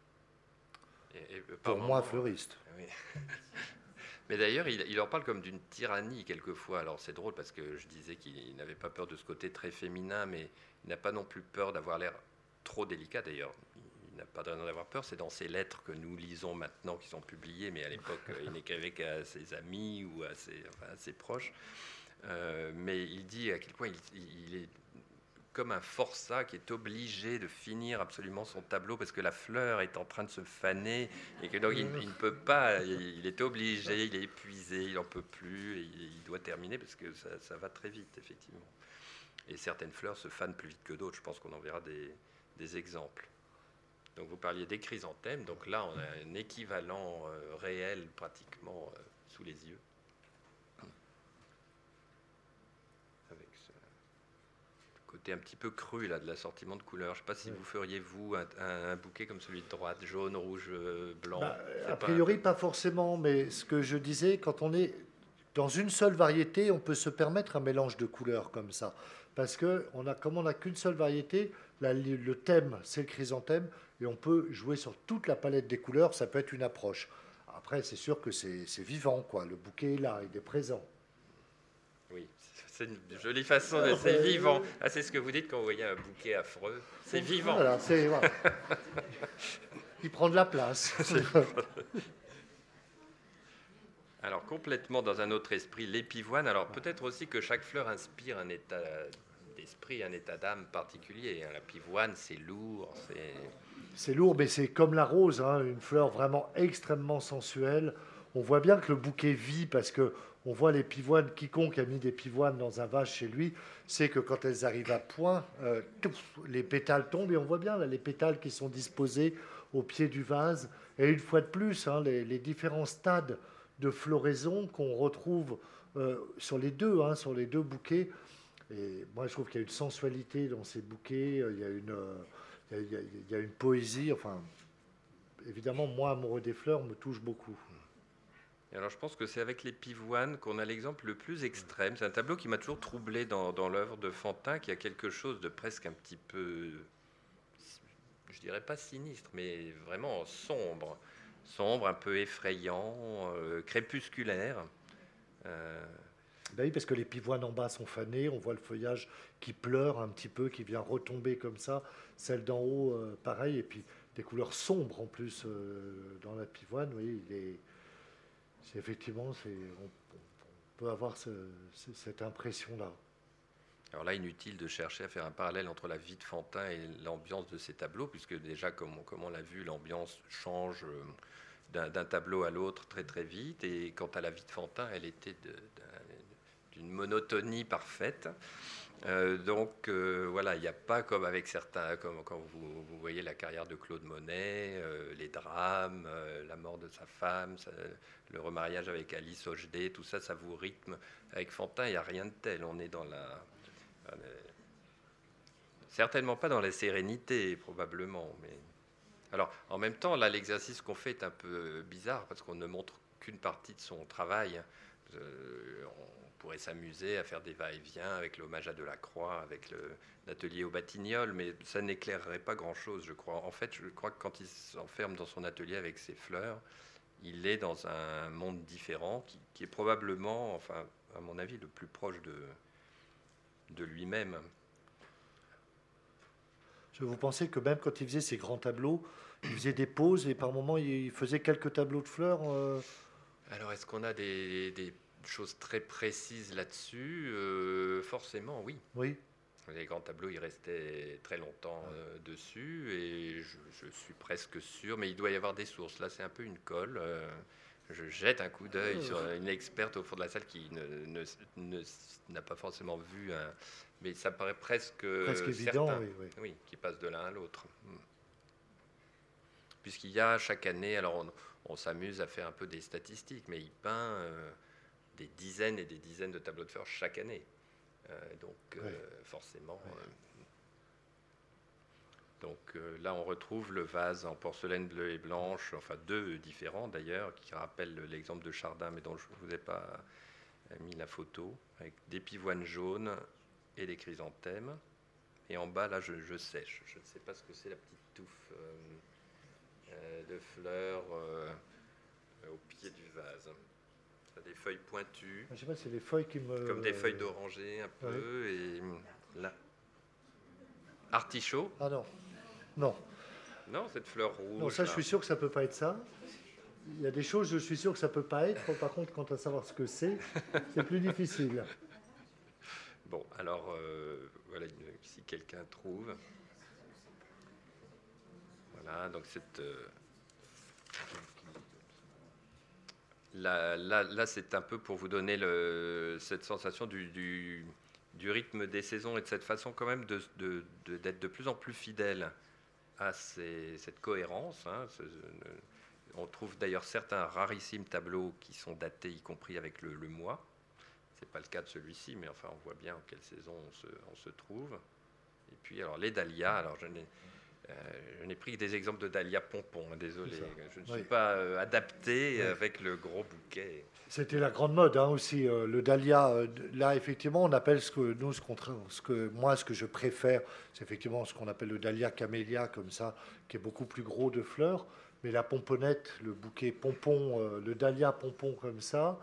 Pour moi, fleuriste. Oui. Mais d'ailleurs, il en parle comme d'une tyrannie quelquefois. Alors c'est drôle parce que je disais qu'il n'avait pas peur de ce côté très féminin, mais il n'a pas non plus peur d'avoir l'air trop délicat d'ailleurs. Il n'a pas de raison d'avoir peur. C'est dans ces lettres que nous lisons maintenant, qui sont publiées, mais à l'époque, il n'écrivait qu'à ses amis ou à ses proches. Mais il dit à quel point il est comme un forçat qui est obligé de finir absolument son tableau parce que la fleur est en train de se faner et que donc il ne peut pas, il est obligé, il est épuisé, il n'en peut plus et il doit terminer parce que ça va très vite, effectivement. Et certaines fleurs se fanent plus vite que d'autres. Je pense qu'on en verra des exemples. Donc vous parliez des chrysanthèmes, donc là on a un équivalent réel pratiquement sous les yeux. Avec ce côté un petit peu cru là, de l'assortiment de couleurs. Je ne sais pas si vous feriez, vous, un bouquet comme celui de droite, jaune, rouge, blanc. A priori, pas forcément, mais ce que je disais, quand on est dans une seule variété, on peut se permettre un mélange de couleurs comme ça. Parce que comme on n'a qu'une seule variété, le thème, c'est le chrysanthème, et on peut jouer sur toute la palette des couleurs, ça peut être une approche. Après, c'est sûr que c'est vivant, quoi. Le bouquet est là, il est présent. Oui, c'est une jolie façon de... C'est vivant. Ah, c'est ce que vous dites quand vous voyez un bouquet affreux. C'est vivant. Voilà, voilà. Il prend de la place. Alors, complètement dans un autre esprit, l'épivoine. Alors, peut-être aussi que chaque fleur inspire un état d'esprit, un état d'âme particulier. La pivoine, c'est lourd, C'est lourd, mais c'est comme la rose, hein, une fleur vraiment extrêmement sensuelle. On voit bien que le bouquet vit parce que on voit les pivoines. Quiconque a mis des pivoines dans un vase chez lui, c'est que quand elles arrivent à point, les pétales tombent et on voit bien là, les pétales qui sont disposés au pied du vase. Et une fois de plus, hein, les différents stades de floraison qu'on retrouve sur les deux bouquets. Et moi, je trouve qu'il y a une sensualité dans ces bouquets. Il y a une poésie. Enfin, évidemment, moi, amoureux des fleurs, me touche beaucoup. Et alors, je pense que c'est avec les pivoines qu'on a l'exemple le plus extrême. C'est un tableau qui m'a toujours troublé dans l'œuvre de Fantin, qui a quelque chose de presque un petit peu, je dirais pas sinistre, mais vraiment sombre, un peu effrayant, crépusculaire. Ben oui, parce que les pivoines en bas sont fanées, on voit le feuillage qui pleure un petit peu, qui vient retomber comme ça. Celle d'en haut, pareil, et puis des couleurs sombres en plus dans la pivoine. Oui, effectivement, on peut avoir cette impression-là. Alors là, inutile de chercher à faire un parallèle entre la vie de Fantin et l'ambiance de ces tableaux, puisque déjà, comme on l'a vu, l'ambiance change d'un tableau à l'autre très très vite. Et quant à la vie de Fantin, elle était d'une monotonie parfaite. Donc voilà, il n'y a pas comme avec certains, comme quand vous voyez la carrière de Claude Monet, les drames, la mort de sa femme, le remariage avec Alice Ogdet, tout ça, ça vous rythme. Avec Fantin, il n'y a rien de tel. On est dans certainement pas dans la sérénité, probablement. Mais alors, en même temps, là, l'exercice qu'on fait est un peu bizarre parce qu'on ne montre qu'une partie de son travail. On pourrait s'amuser à faire des va-et-vient avec l'hommage à Delacroix, avec l'atelier au Batignolles, mais ça n'éclairerait pas grand-chose, je crois. En fait, je crois que quand il s'enferme dans son atelier avec ses fleurs, il est dans un monde différent qui est probablement, enfin, à mon avis, le plus proche de lui-même. Vous pensez que même quand il faisait ses grands tableaux, il faisait des pauses et par moments il faisait quelques tableaux de fleurs Alors, est-ce qu'on a des choses très précises là-dessus? Forcément, oui. Oui. Les grands tableaux, il restait très longtemps dessus et je suis presque sûr, mais il doit y avoir des sources. Là, c'est un peu une colle. Je jette un coup d'œil sur une experte au fond de la salle qui n'a pas forcément vu, mais ça paraît presque évident, certain, oui, qui passe de l'un à l'autre. Puisqu'il y a chaque année, alors on s'amuse à faire un peu des statistiques, mais il peint des dizaines et des dizaines de tableaux de fleurs chaque année. Forcément. Là, on retrouve le vase en porcelaine bleue et blanche, enfin deux différents d'ailleurs, qui rappellent l'exemple de Chardin, mais dont je ne vous ai pas mis la photo, avec des pivoines jaunes et des chrysanthèmes. Et en bas, là, je sèche. Je ne sais pas ce que c'est, la petite touffe de fleurs au pied du vase. Ça a des feuilles pointues. Je sais pas, c'est les feuilles qui me... Comme des feuilles d'oranger un peu. Et là, artichaut. Ah non. Non. Non, cette fleur rouge. Non, ça, je là. suis sûr que ça ne peut pas être ça. Il y a des choses, je suis sûr que ça ne peut pas être. Par contre, quant à savoir ce que c'est plus difficile. Bon, alors, voilà, si quelqu'un trouve. Voilà, donc là, c'est un peu pour vous donner cette sensation du rythme des saisons et de cette façon quand même d'être de plus en plus fidèle à cette cohérence. Hein. On trouve d'ailleurs certains rarissimes tableaux qui sont datés, y compris avec le mois. Ce n'est pas le cas de celui-ci, mais enfin, on voit bien en quelle saison on se trouve. Et puis, alors, les dahlias, alors je n'ai pris que des exemples de dahlias pompons, hein, désolé. Je ne suis pas adapté avec le gros bouquet. C'était la grande mode hein, aussi, le dahlia. Là, effectivement, on appelle ce que je préfère, c'est effectivement ce qu'on appelle le dahlia camélia, comme ça, qui est beaucoup plus gros de fleurs. Mais la pomponnette, le bouquet pompon, le dahlia pompon comme ça,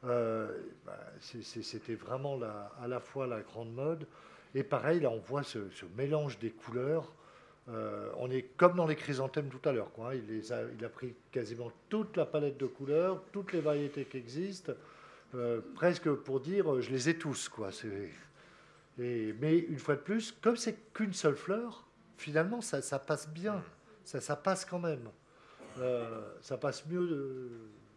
c'était vraiment à la fois la grande mode. Et pareil, là, on voit ce mélange des couleurs. On est comme dans les chrysanthèmes tout à l'heure, quoi. Il a pris quasiment toute la palette de couleurs, toutes les variétés qui existent, presque pour dire je les ai tous, quoi. Mais une fois de plus, comme c'est qu'une seule fleur, finalement ça passe bien, ça passe quand même. Ça passe mieux de.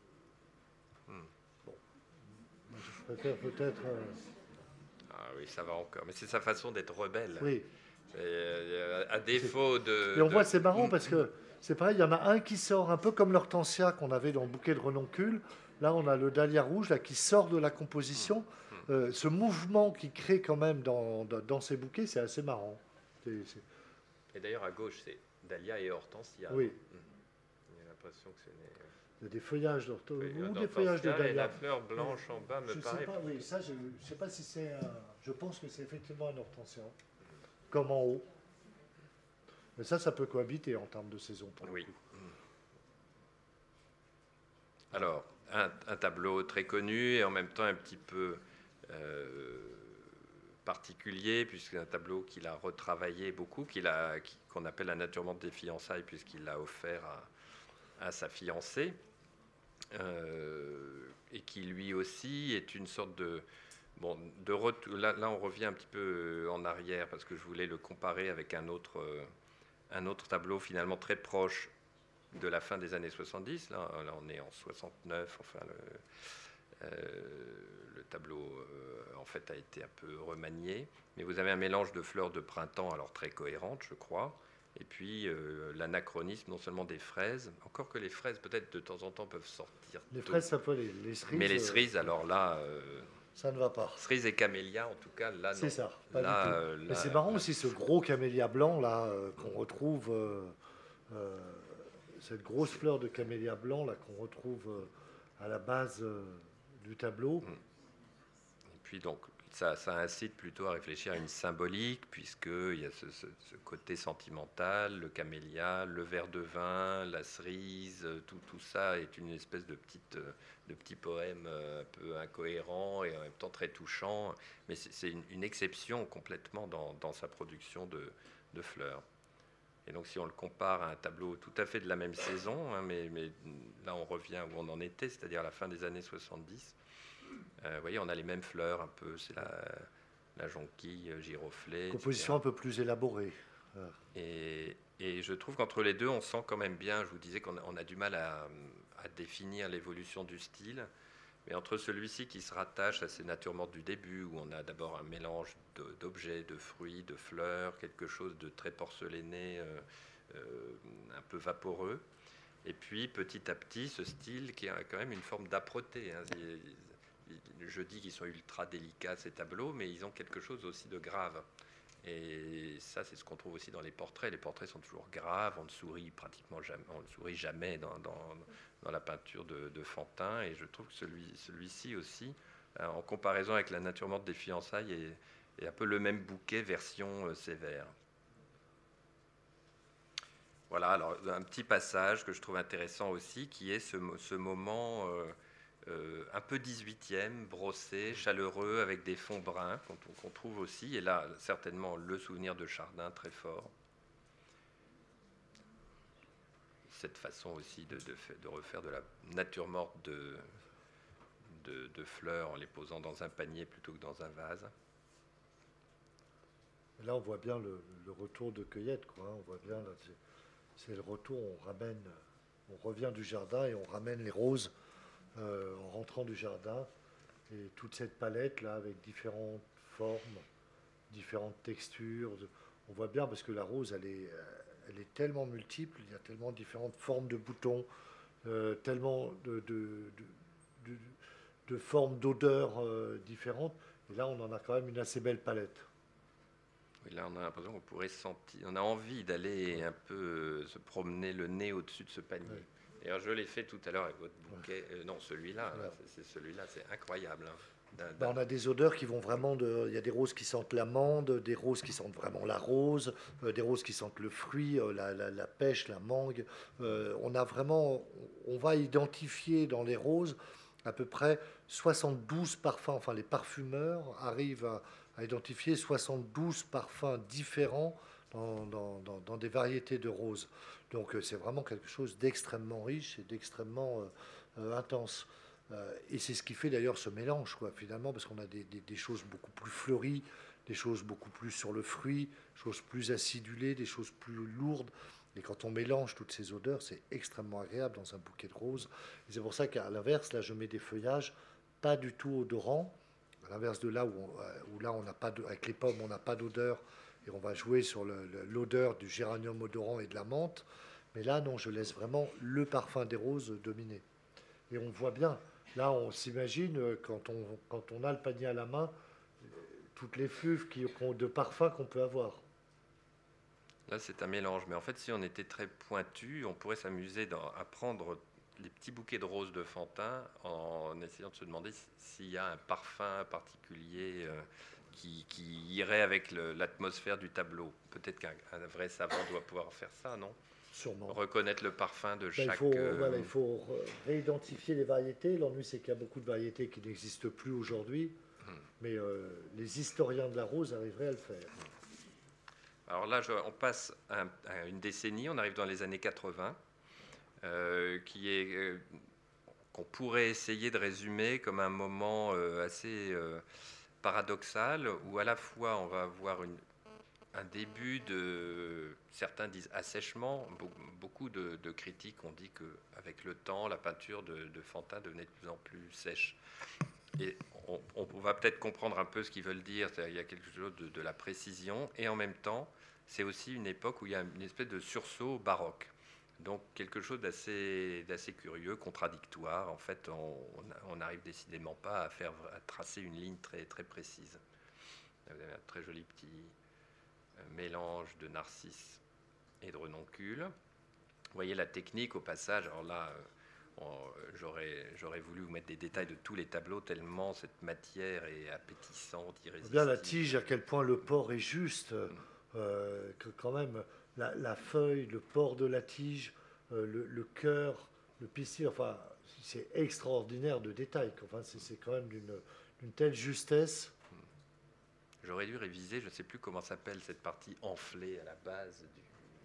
Bon, moi, je préfère peut-être. Ah oui, ça va encore. Mais c'est sa façon d'être rebelle. Oui. À défaut de... Et on voit, c'est marrant parce que c'est pareil, il y en a un qui sort un peu comme l'hortensia qu'on avait dans le bouquet de renoncule. Là, on a le dahlia rouge là, qui sort de la composition. Ce mouvement qui crée quand même dans ces bouquets, c'est assez marrant. Et d'ailleurs, à gauche, c'est dahlia et hortensia. Oui. J'ai l'impression que ce n'est... Il y a des feuillages d'hortensia ou des feuillages de dahlia. Et la fleur blanche en bas me paraît... Sais pas, oui, ça, je ne sais pas si c'est un... Je pense que c'est effectivement un hortensia, comme en haut. Mais ça peut cohabiter en termes de saison. Oui. Alors, un tableau très connu et en même temps un petit peu particulier, puisque c'est un tableau qu'il a retravaillé beaucoup, qu'on appelle la nature morte des fiançailles, puisqu'il l'a offert à sa fiancée, et qui lui aussi est une sorte de... Bon, là, on revient un petit peu en arrière, parce que je voulais le comparer avec un autre tableau finalement très proche de la fin des années 70. Là on est en 69. Enfin, le tableau en fait a été un peu remanié. Mais vous avez un mélange de fleurs de printemps, alors très cohérente, je crois. Et puis l'anachronisme non seulement des fraises, encore que les fraises peut-être de temps en temps peuvent sortir. Les fraises, ça peut les cerises. Mais les cerises, alors là... ça ne va pas. Cerises et camélias, en tout cas, là, non. C'est ça, pas du tout. Mais c'est marrant aussi, ce gros camélia blanc, là, qu'on retrouve, cette grosse fleur de camélia blanc, là, qu'on retrouve à la base du tableau. Et puis, donc, ça incite plutôt à réfléchir à une symbolique, puisqu'il y a ce côté sentimental, le camélia, le verre de vin, la cerise, tout ça est une espèce de petit poème un peu incohérent et en même temps très touchant. Mais c'est une exception complètement dans sa production de fleurs. Et donc, si on le compare à un tableau tout à fait de la même saison, hein, mais là, on revient où on en était, c'est-à-dire à la fin des années 70, vous voyez, on a les mêmes fleurs un peu, c'est la jonquille, giroflée. Composition etc. un peu plus élaborée. Et je trouve qu'entre les deux, on sent quand même bien, je vous disais qu'on a du mal à définir l'évolution du style, mais entre celui-ci qui se rattache à ces natures mortes du début, où on a d'abord un mélange d'objets, de fruits, de fleurs, quelque chose de très porcelané, un peu vaporeux, et puis petit à petit, ce style qui a quand même une forme d'âpreté. Hein. Je dis qu'ils sont ultra délicats, ces tableaux, mais ils ont quelque chose aussi de grave. Et ça, c'est ce qu'on trouve aussi dans les portraits. Les portraits sont toujours graves, on ne sourit pratiquement jamais, on ne sourit jamais dans la peinture de Fantin. Et je trouve que celui-ci aussi, en comparaison avec la nature morte des fiançailles, est un peu le même bouquet, version sévère. Voilà, alors un petit passage que je trouve intéressant aussi, qui est ce moment... un peu 18e, brossé, chaleureux, avec des fonds bruns qu'on trouve aussi. Et là, certainement, le souvenir de Chardin très fort. cette façon aussi de refaire de la nature morte de fleurs en les posant dans un panier plutôt que dans un vase. Et là, on voit bien le retour de cueillette, quoi. On voit bien, là, c'est le retour, on revient du jardin et on ramène les roses en rentrant du jardin. Et toute cette palette, là, avec différentes formes, différentes textures, on voit bien parce que la rose, elle est tellement multiple, il y a tellement différentes formes de boutons, tellement de- de formes d'odeurs différentes. Et là, on en a quand même une assez belle palette. Oui, là, on a l'impression qu'on pourrait sentir, on a envie d'aller un peu se promener le nez au-dessus de ce panier. Ouais. D'ailleurs, je l'ai fait tout à l'heure avec votre bouquet. Non, celui-là, Voilà. c'est celui-là, c'est incroyable. Hein. On a des odeurs qui vont vraiment il y a des roses qui sentent l'amande, des roses qui sentent vraiment la rose, des roses qui sentent le fruit, la pêche, la mangue. On a vraiment, on va identifier dans les roses à peu près 72 parfums. Enfin, les parfumeurs arrivent à identifier 72 parfums différents dans des variétés de roses. Donc, c'est vraiment quelque chose d'extrêmement riche et d'extrêmement intense. Et c'est ce qui fait d'ailleurs ce mélange, quoi, finalement, parce qu'on a des choses beaucoup plus fleuries, des choses beaucoup plus sur le fruit, des choses plus acidulées, des choses plus lourdes. Et quand on mélange toutes ces odeurs, c'est extrêmement agréable dans un bouquet de roses. Et c'est pour ça qu'à l'inverse, là, je mets des feuillages pas du tout odorants. À l'inverse de là où là, on n'a pas avec les pommes, on n'a pas d'odeur et on va jouer sur l'odeur du géranium odorant et de la menthe. Mais là, non, je laisse vraiment le parfum des roses dominer. Et on voit bien, là on s'imagine quand on a le panier à la main, toutes les fluves de parfums qu'on peut avoir. Là, c'est un mélange. Mais en fait, si on était très pointu, on pourrait s'amuser à prendre les petits bouquets de roses de Fantin en essayant de se demander s'il y a un parfum particulier qui irait avec l'atmosphère du tableau. Peut-être qu'un vrai savant doit pouvoir faire ça, non? Sûrement. Reconnaître le parfum de Ben, chaque... voilà, il faut réidentifier les variétés. L'ennui, c'est qu'il y a beaucoup de variétés qui n'existent plus aujourd'hui, mais les historiens de la rose arriveraient à le faire. Alors là, on passe à une décennie, on arrive dans les années 80, qu'on pourrait essayer de résumer comme un moment assez paradoxal, où à la fois on va avoir un début de, certains disent assèchement, beaucoup de critiques ont dit qu'avec le temps, la peinture de Fantin devenait de plus en plus sèche. Et on va peut-être comprendre un peu ce qu'ils veulent dire, il y a quelque chose de la précision, et en même temps, c'est aussi une époque où il y a une espèce de sursaut baroque. Donc quelque chose d'assez curieux, contradictoire. En fait, on n'arrive décidément pas à tracer une ligne très, très précise. Vous avez un très joli petit mélange de narcisse et de renoncules. Vous voyez la technique au passage. Alors là, j'aurais voulu vous mettre des détails de tous les tableaux tellement cette matière est appétissante, irrésistible. Bien la tige, à quel point le port est juste, que quand même la feuille, le port de la tige, le cœur, le pistil, enfin c'est extraordinaire de détails. Enfin, c'est quand même d'une telle justesse. J'aurais dû réviser, je ne sais plus comment s'appelle cette partie enflée à la base du...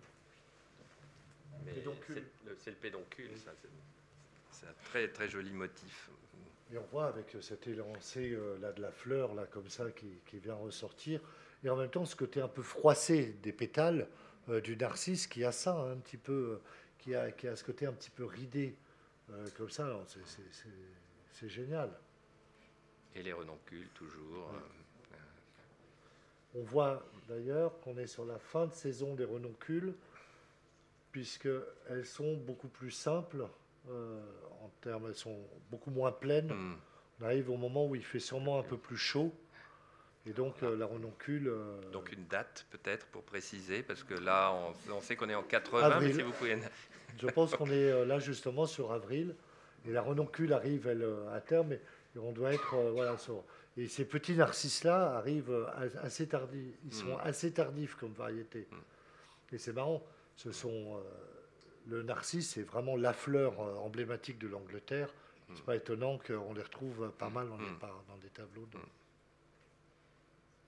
Mais c'est le pédoncule, ça, c'est un très très joli motif. Et on voit avec cet élancé là de la fleur là comme ça qui vient ressortir, et en même temps ce côté un peu froissé des pétales du narcisse qui a ça hein, un petit peu, qui a ce côté un petit peu ridé comme ça. Alors c'est génial. Et les renoncules toujours. Ouais. On voit d'ailleurs qu'on est sur la fin de saison des renoncules, puisqu'elles sont beaucoup plus simples, en termes, elles sont beaucoup moins pleines. On arrive au moment où il fait sûrement un peu plus chaud, et donc la renoncule... Donc une date peut-être pour préciser, parce que là on sait qu'on est en 80, avril. mais si vous pouvez... Je pense qu'on est là justement sur avril, et la renoncule arrive elle, à terme, et on doit être... voilà, sur... Et ces petits narcisses-là arrivent assez tardifs. Ils sont assez tardifs comme variété. Et c'est marrant. Ce sont, le narcisse, c'est vraiment la fleur emblématique de l'Angleterre. C'est pas étonnant qu'on les retrouve pas mal dans des tableaux.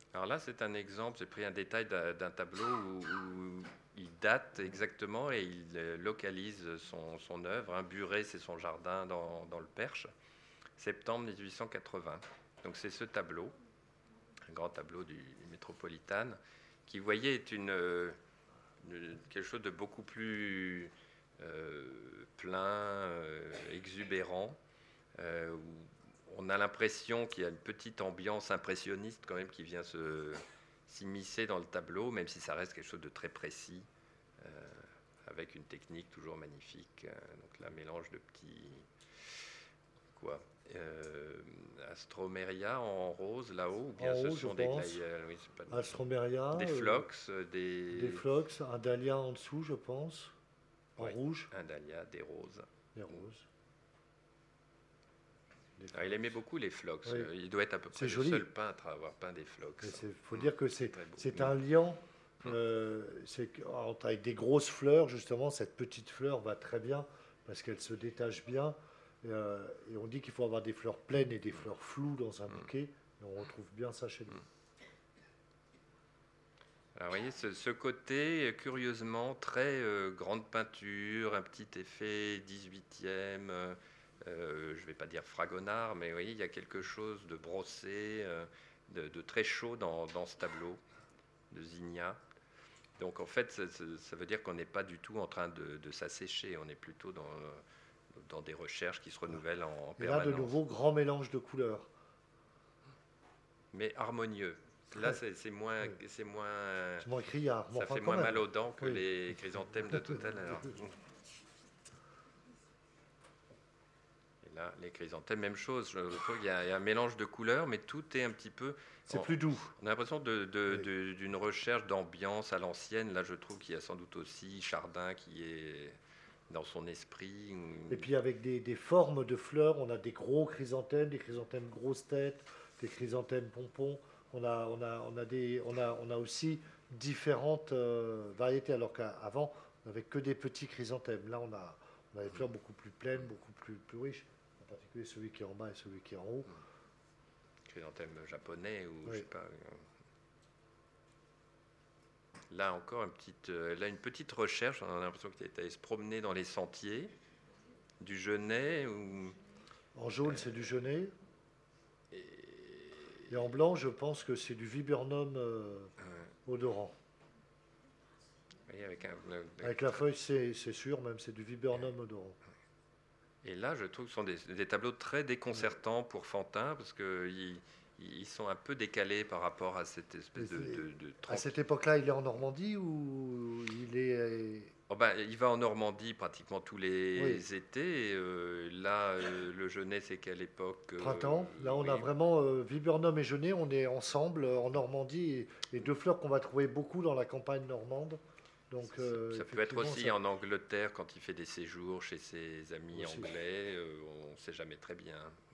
Alors là, c'est un exemple, j'ai pris un détail d'un tableau où il date exactement et il localise son œuvre. Hein. Buret, c'est son jardin dans le Perche, septembre 1880. Donc c'est ce tableau, un grand tableau du Métropolitane, qui, vous voyez, est quelque chose de beaucoup plus plein, exubérant, où on a l'impression qu'il y a une petite ambiance impressionniste quand même qui vient s'immiscer dans le tableau, même si ça reste quelque chose de très précis, avec une technique toujours magnifique. Donc là, mélange de petits... Quoi Astroméria en rose là-haut, ou bien En ce haut, sont je des pense. glaïeuls, oui, Astroméria. des phlox, des... Des phlox, un dahlia en dessous, je pense, en Oui, rouge. un dahlia, des roses. Des roses. Alors, il aimait beaucoup les phlox. Oui. Il doit être à peu près C'est le joli. seul peintre à avoir peint des phlox. Il faut dire que c'est Très beau. un liant. Avec des grosses fleurs, justement, cette petite fleur va très bien parce qu'elle se détache bien. Et on dit qu'il faut avoir des fleurs pleines et des fleurs floues dans un bouquet. Et on retrouve bien ça chez lui. Alors, vous voyez, ce côté, curieusement, très grande peinture, un petit effet 18e, je ne vais pas dire fragonard, mais vous voyez, il y a quelque chose de brossé, de très chaud dans ce tableau de Zinnia. Donc, en fait, ça veut dire qu'on n'est pas du tout en train de s'assécher, on est plutôt dans des recherches qui se renouvellent en Et là, permanence. de nouveau, grand mélange de couleurs. Mais harmonieux. Là, c'est moins, Oui. c'est moins, C'est moins criard. ça fait moins mal aux dents que Oui. les chrysanthèmes de tout à l'heure. Et là, les chrysanthèmes, même chose. Je trouve qu'il y a un mélange de couleurs, mais tout est un petit peu... C'est plus doux. On a l'impression d'une recherche d'ambiance à l'ancienne. Là, je trouve qu'il y a sans doute aussi Chardin qui est dans son esprit. Et puis avec des formes de fleurs, on a des gros chrysanthèmes, des chrysanthèmes grosses têtes, des chrysanthèmes pompons. On a aussi différentes variétés, alors qu'avant, on n'avait que des petits chrysanthèmes. Là, on a des fleurs beaucoup plus pleines, beaucoup plus riches, en particulier celui qui est en bas et celui qui est en haut. Chrysanthème japonais ou Oui. je sais pas. Là encore, une petite recherche. On a l'impression qu'il est allé se promener dans les sentiers du Genêt. En jaune, c'est du genêt. Et en blanc, je pense que c'est du viburnum odorant. Oui, Avec la feuille, c'est sûr, même c'est du viburnum odorant. Et là, je trouve que ce sont des tableaux très déconcertants pour Fantin, parce qu'ils sont un peu décalés par rapport à cette espèce de À cette époque-là, il est en Normandie ou il est... Oh ben, il va en Normandie pratiquement tous les étés. Là, le Genêt, c'est quelle époque Printemps. Là, on oui. a vraiment viburnum et genêt. On est ensemble en Normandie. Et deux fleurs qu'on va trouver beaucoup dans la campagne normande. Donc, ça peut être aussi en Angleterre quand il fait des séjours chez ses amis aussi. anglais. On ne sait jamais très bien.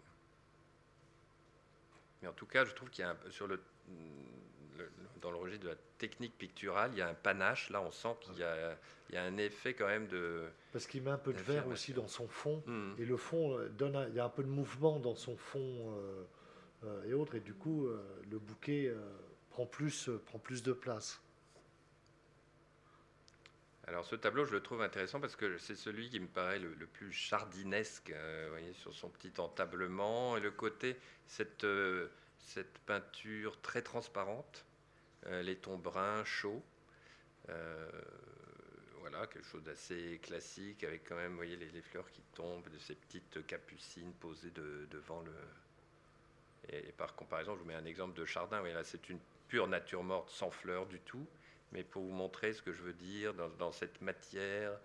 Mais en tout cas, je trouve qu'il y a dans le registre de la technique picturale, il y a un panache. Là, on sent qu'il y a un effet quand même de... Parce qu'il met un peu de vert aussi dans son fond. Et le fond, il y a un peu de mouvement dans son fond et autres. Et du coup, le bouquet prend plus de place. Alors ce tableau, je le trouve intéressant parce que c'est celui qui me paraît le plus chardinesque, vous voyez, sur son petit entablement, et le côté, cette peinture très transparente, les tons bruns, chauds, voilà, quelque chose d'assez classique, avec quand même, vous voyez, les fleurs qui tombent, de ces petites capucines posées devant le... Et par comparaison, je vous mets un exemple de Chardin, vous voyez, là c'est une pure nature morte, sans fleurs du tout. Mais pour vous montrer ce que je veux dire, dans cette matière,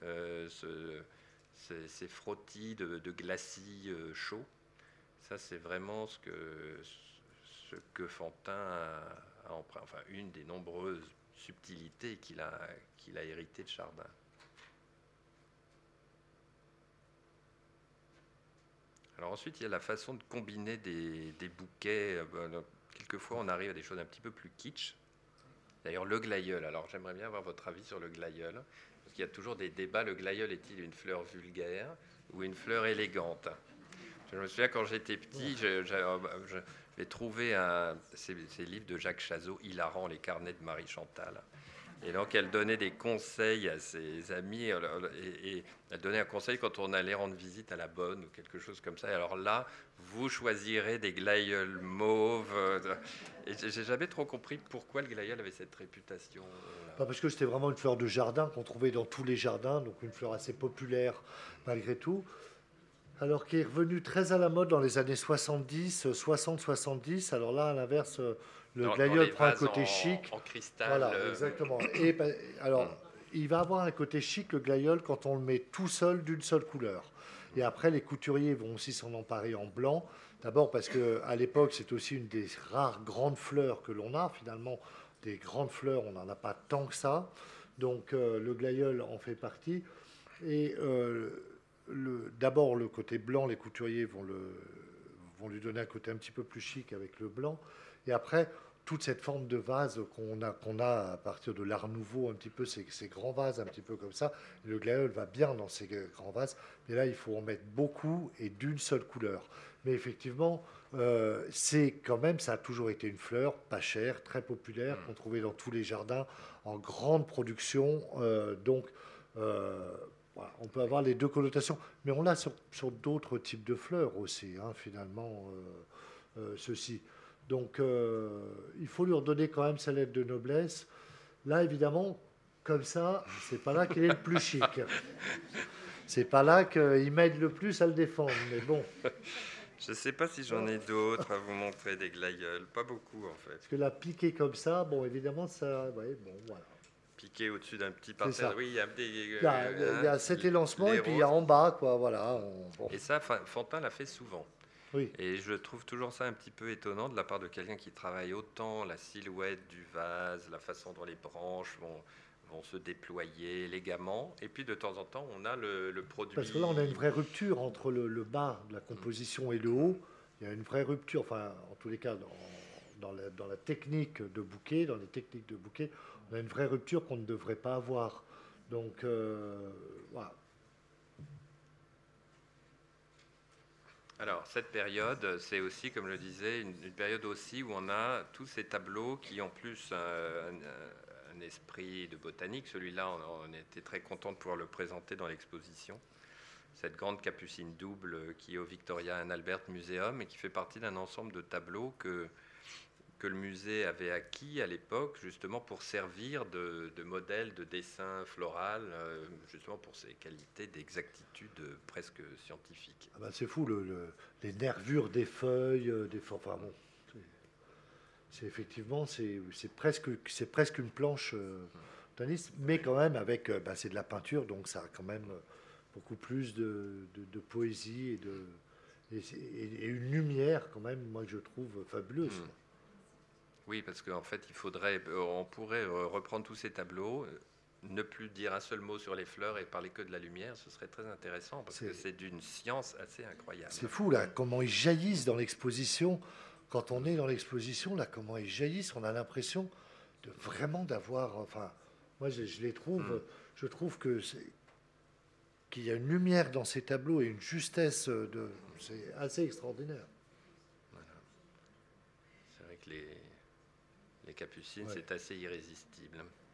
ces frottis de glacis chauds, ça c'est vraiment ce que Fantin a emprunté, enfin une des nombreuses subtilités qu'il a hérité de Chardin. Alors ensuite, il y a la façon de combiner des bouquets. Quelquefois, on arrive à des choses un petit peu plus kitsch. D'ailleurs, le glaïeul. Alors, j'aimerais bien avoir votre avis sur le glaïeul, parce qu'il y a toujours des débats. Le glaïeul est-il une fleur vulgaire ou une fleur élégante? Je me souviens quand j'étais petit, j'ai trouvé ces livres de Jacques Chazot, hilarant, les carnets de Marie Chantal. Et donc, elle donnait des conseils à ses amis. Et elle donnait un conseil quand on allait rendre visite à la bonne ou quelque chose comme ça. Et alors là, vous choisirez des glaïeuls mauves. Et j'ai jamais trop compris pourquoi le glaïeul avait cette réputation. Parce que c'était vraiment une fleur de jardin qu'on trouvait dans tous les jardins, donc une fleur assez populaire malgré tout. Alors qui est revenue très à la mode dans les années 70, 60-70. Alors là, à l'inverse, le glaïeul prend un côté chic. En cristal. Voilà, exactement. Et alors, il va avoir un côté chic, le glaïeul, quand on le met tout seul, d'une seule couleur. Et après, les couturiers vont aussi s'en emparer en blanc. D'abord parce qu'à l'époque, c'est aussi une des rares grandes fleurs que l'on a. Finalement, des grandes fleurs, on n'en a pas tant que ça. Donc, le glaïeul en fait partie. Et d'abord, le côté blanc, les couturiers vont lui donner un côté un petit peu plus chic avec le blanc. Et après, toute cette forme de vase qu'on a à partir de l'Art Nouveau, un petit peu ces grands vases, un petit peu comme ça. Le glaïeul va bien dans ces grands vases, mais là, il faut en mettre beaucoup et d'une seule couleur. Mais effectivement, c'est quand même, ça a toujours été une fleur pas chère, très populaire, qu'on trouvait dans tous les jardins, en grande production. Voilà, on peut avoir les deux connotations, mais on l'a sur d'autres types de fleurs aussi, hein, finalement, ceci. Donc, il faut lui redonner quand même sa lettre de noblesse. Là, évidemment, comme ça, c'est pas là qu'il est le plus chic. C'est pas là qu'il m'aide le plus à le défendre, mais bon. Je ne sais pas si j'en ai d'autres à vous montrer des glaïeuls. Pas beaucoup, en fait. Parce que la piquer comme ça, bon, évidemment, ça... Ouais, bon, voilà. Piqué au-dessus d'un petit parterre. Oui, il y a des... Il y a cet élancement et puis il y a en bas, quoi, voilà. Bon. Et ça, Fantin l'a fait souvent. Oui. Et je trouve toujours ça un petit peu étonnant de la part de quelqu'un qui travaille autant la silhouette du vase, la façon dont les branches vont se déployer élégamment. Et puis de temps en temps, on a le produit. Parce que là, on a une vraie rupture entre le bas de la composition et le haut. Il y a une vraie rupture, enfin, en tous les cas, dans la technique de bouquet, dans les techniques de bouquet, on a une vraie rupture qu'on ne devrait pas avoir. Donc, voilà. Alors, cette période, c'est aussi, comme je le disais, une période aussi où on a tous ces tableaux qui ont plus un esprit de botanique. Celui-là, on était très content de pouvoir le présenter dans l'exposition. Cette grande capucine double qui est au Victoria and Albert Museum et qui fait partie d'un ensemble de tableaux que le musée avait acquis à l'époque, justement pour servir de modèle de dessin floral, justement pour ses qualités d'exactitude presque scientifique. Ah ben c'est fou, les nervures des feuilles, enfin bon, c'est effectivement, c'est presque une planche botaniste, mais quand même avec, c'est de la peinture, donc ça a quand même beaucoup plus de poésie et une lumière quand même, moi que je trouve fabuleuse. Oui, parce qu'en fait, on pourrait reprendre tous ces tableaux, ne plus dire un seul mot sur les fleurs et parler que de la lumière, ce serait très intéressant, parce que c'est d'une science assez incroyable. C'est fou, là, comment ils jaillissent dans l'exposition. Quand on est dans l'exposition, là, comment ils jaillissent, on a l'impression de vraiment d'avoir... Enfin, moi, je les trouve... Je trouve qu'il y a une lumière dans ces tableaux et une justesse c'est assez extraordinaire. Voilà. C'est vrai que les capucines, c'est assez irrésistible.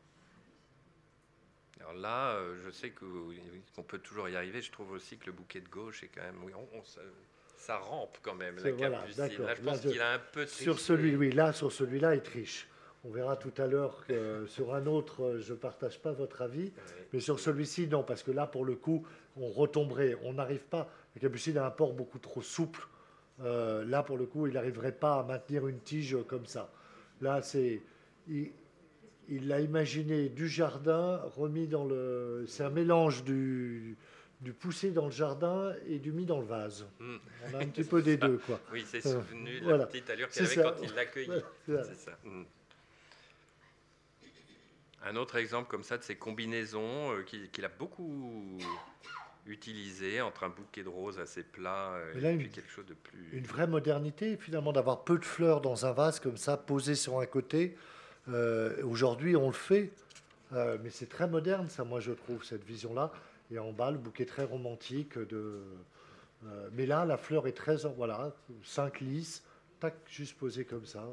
Alors là, je sais qu'on peut toujours y arriver. Je trouve aussi que le bouquet de gauche est quand même... Oui, ça rampe quand même, la capucine. Là, je pense qu'il a un peu triché. Sur celui-là, il triche. On verra tout à l'heure que sur un autre, je ne partage pas votre avis. Mais sur celui-ci, non, parce que là, pour le coup, on retomberait. On n'arrive pas... La capucine a un port beaucoup trop souple. Là, pour le coup, il n'arriverait pas à maintenir une tige comme ça. Là, il l'a imaginé du jardin, remis dans le... C'est un mélange du poussé dans le jardin et du mis dans le vase. On a un petit peu des deux, quoi. Oui, c'est souvenu de la petite allure qu'il avait quand il l'accueillait. C'est ça. Un autre exemple comme ça de ces combinaisons qu'il a beaucoup utilisé entre un bouquet de roses assez plat et puis quelque chose de plus... Une vraie modernité, finalement, d'avoir peu de fleurs dans un vase comme ça, posées sur un côté. Aujourd'hui, on le fait, mais c'est très moderne, ça, moi, je trouve, cette vision-là. Et en bas, le bouquet très romantique Mais là, la fleur est très... Voilà, 5 lys, tac, juste posé comme ça.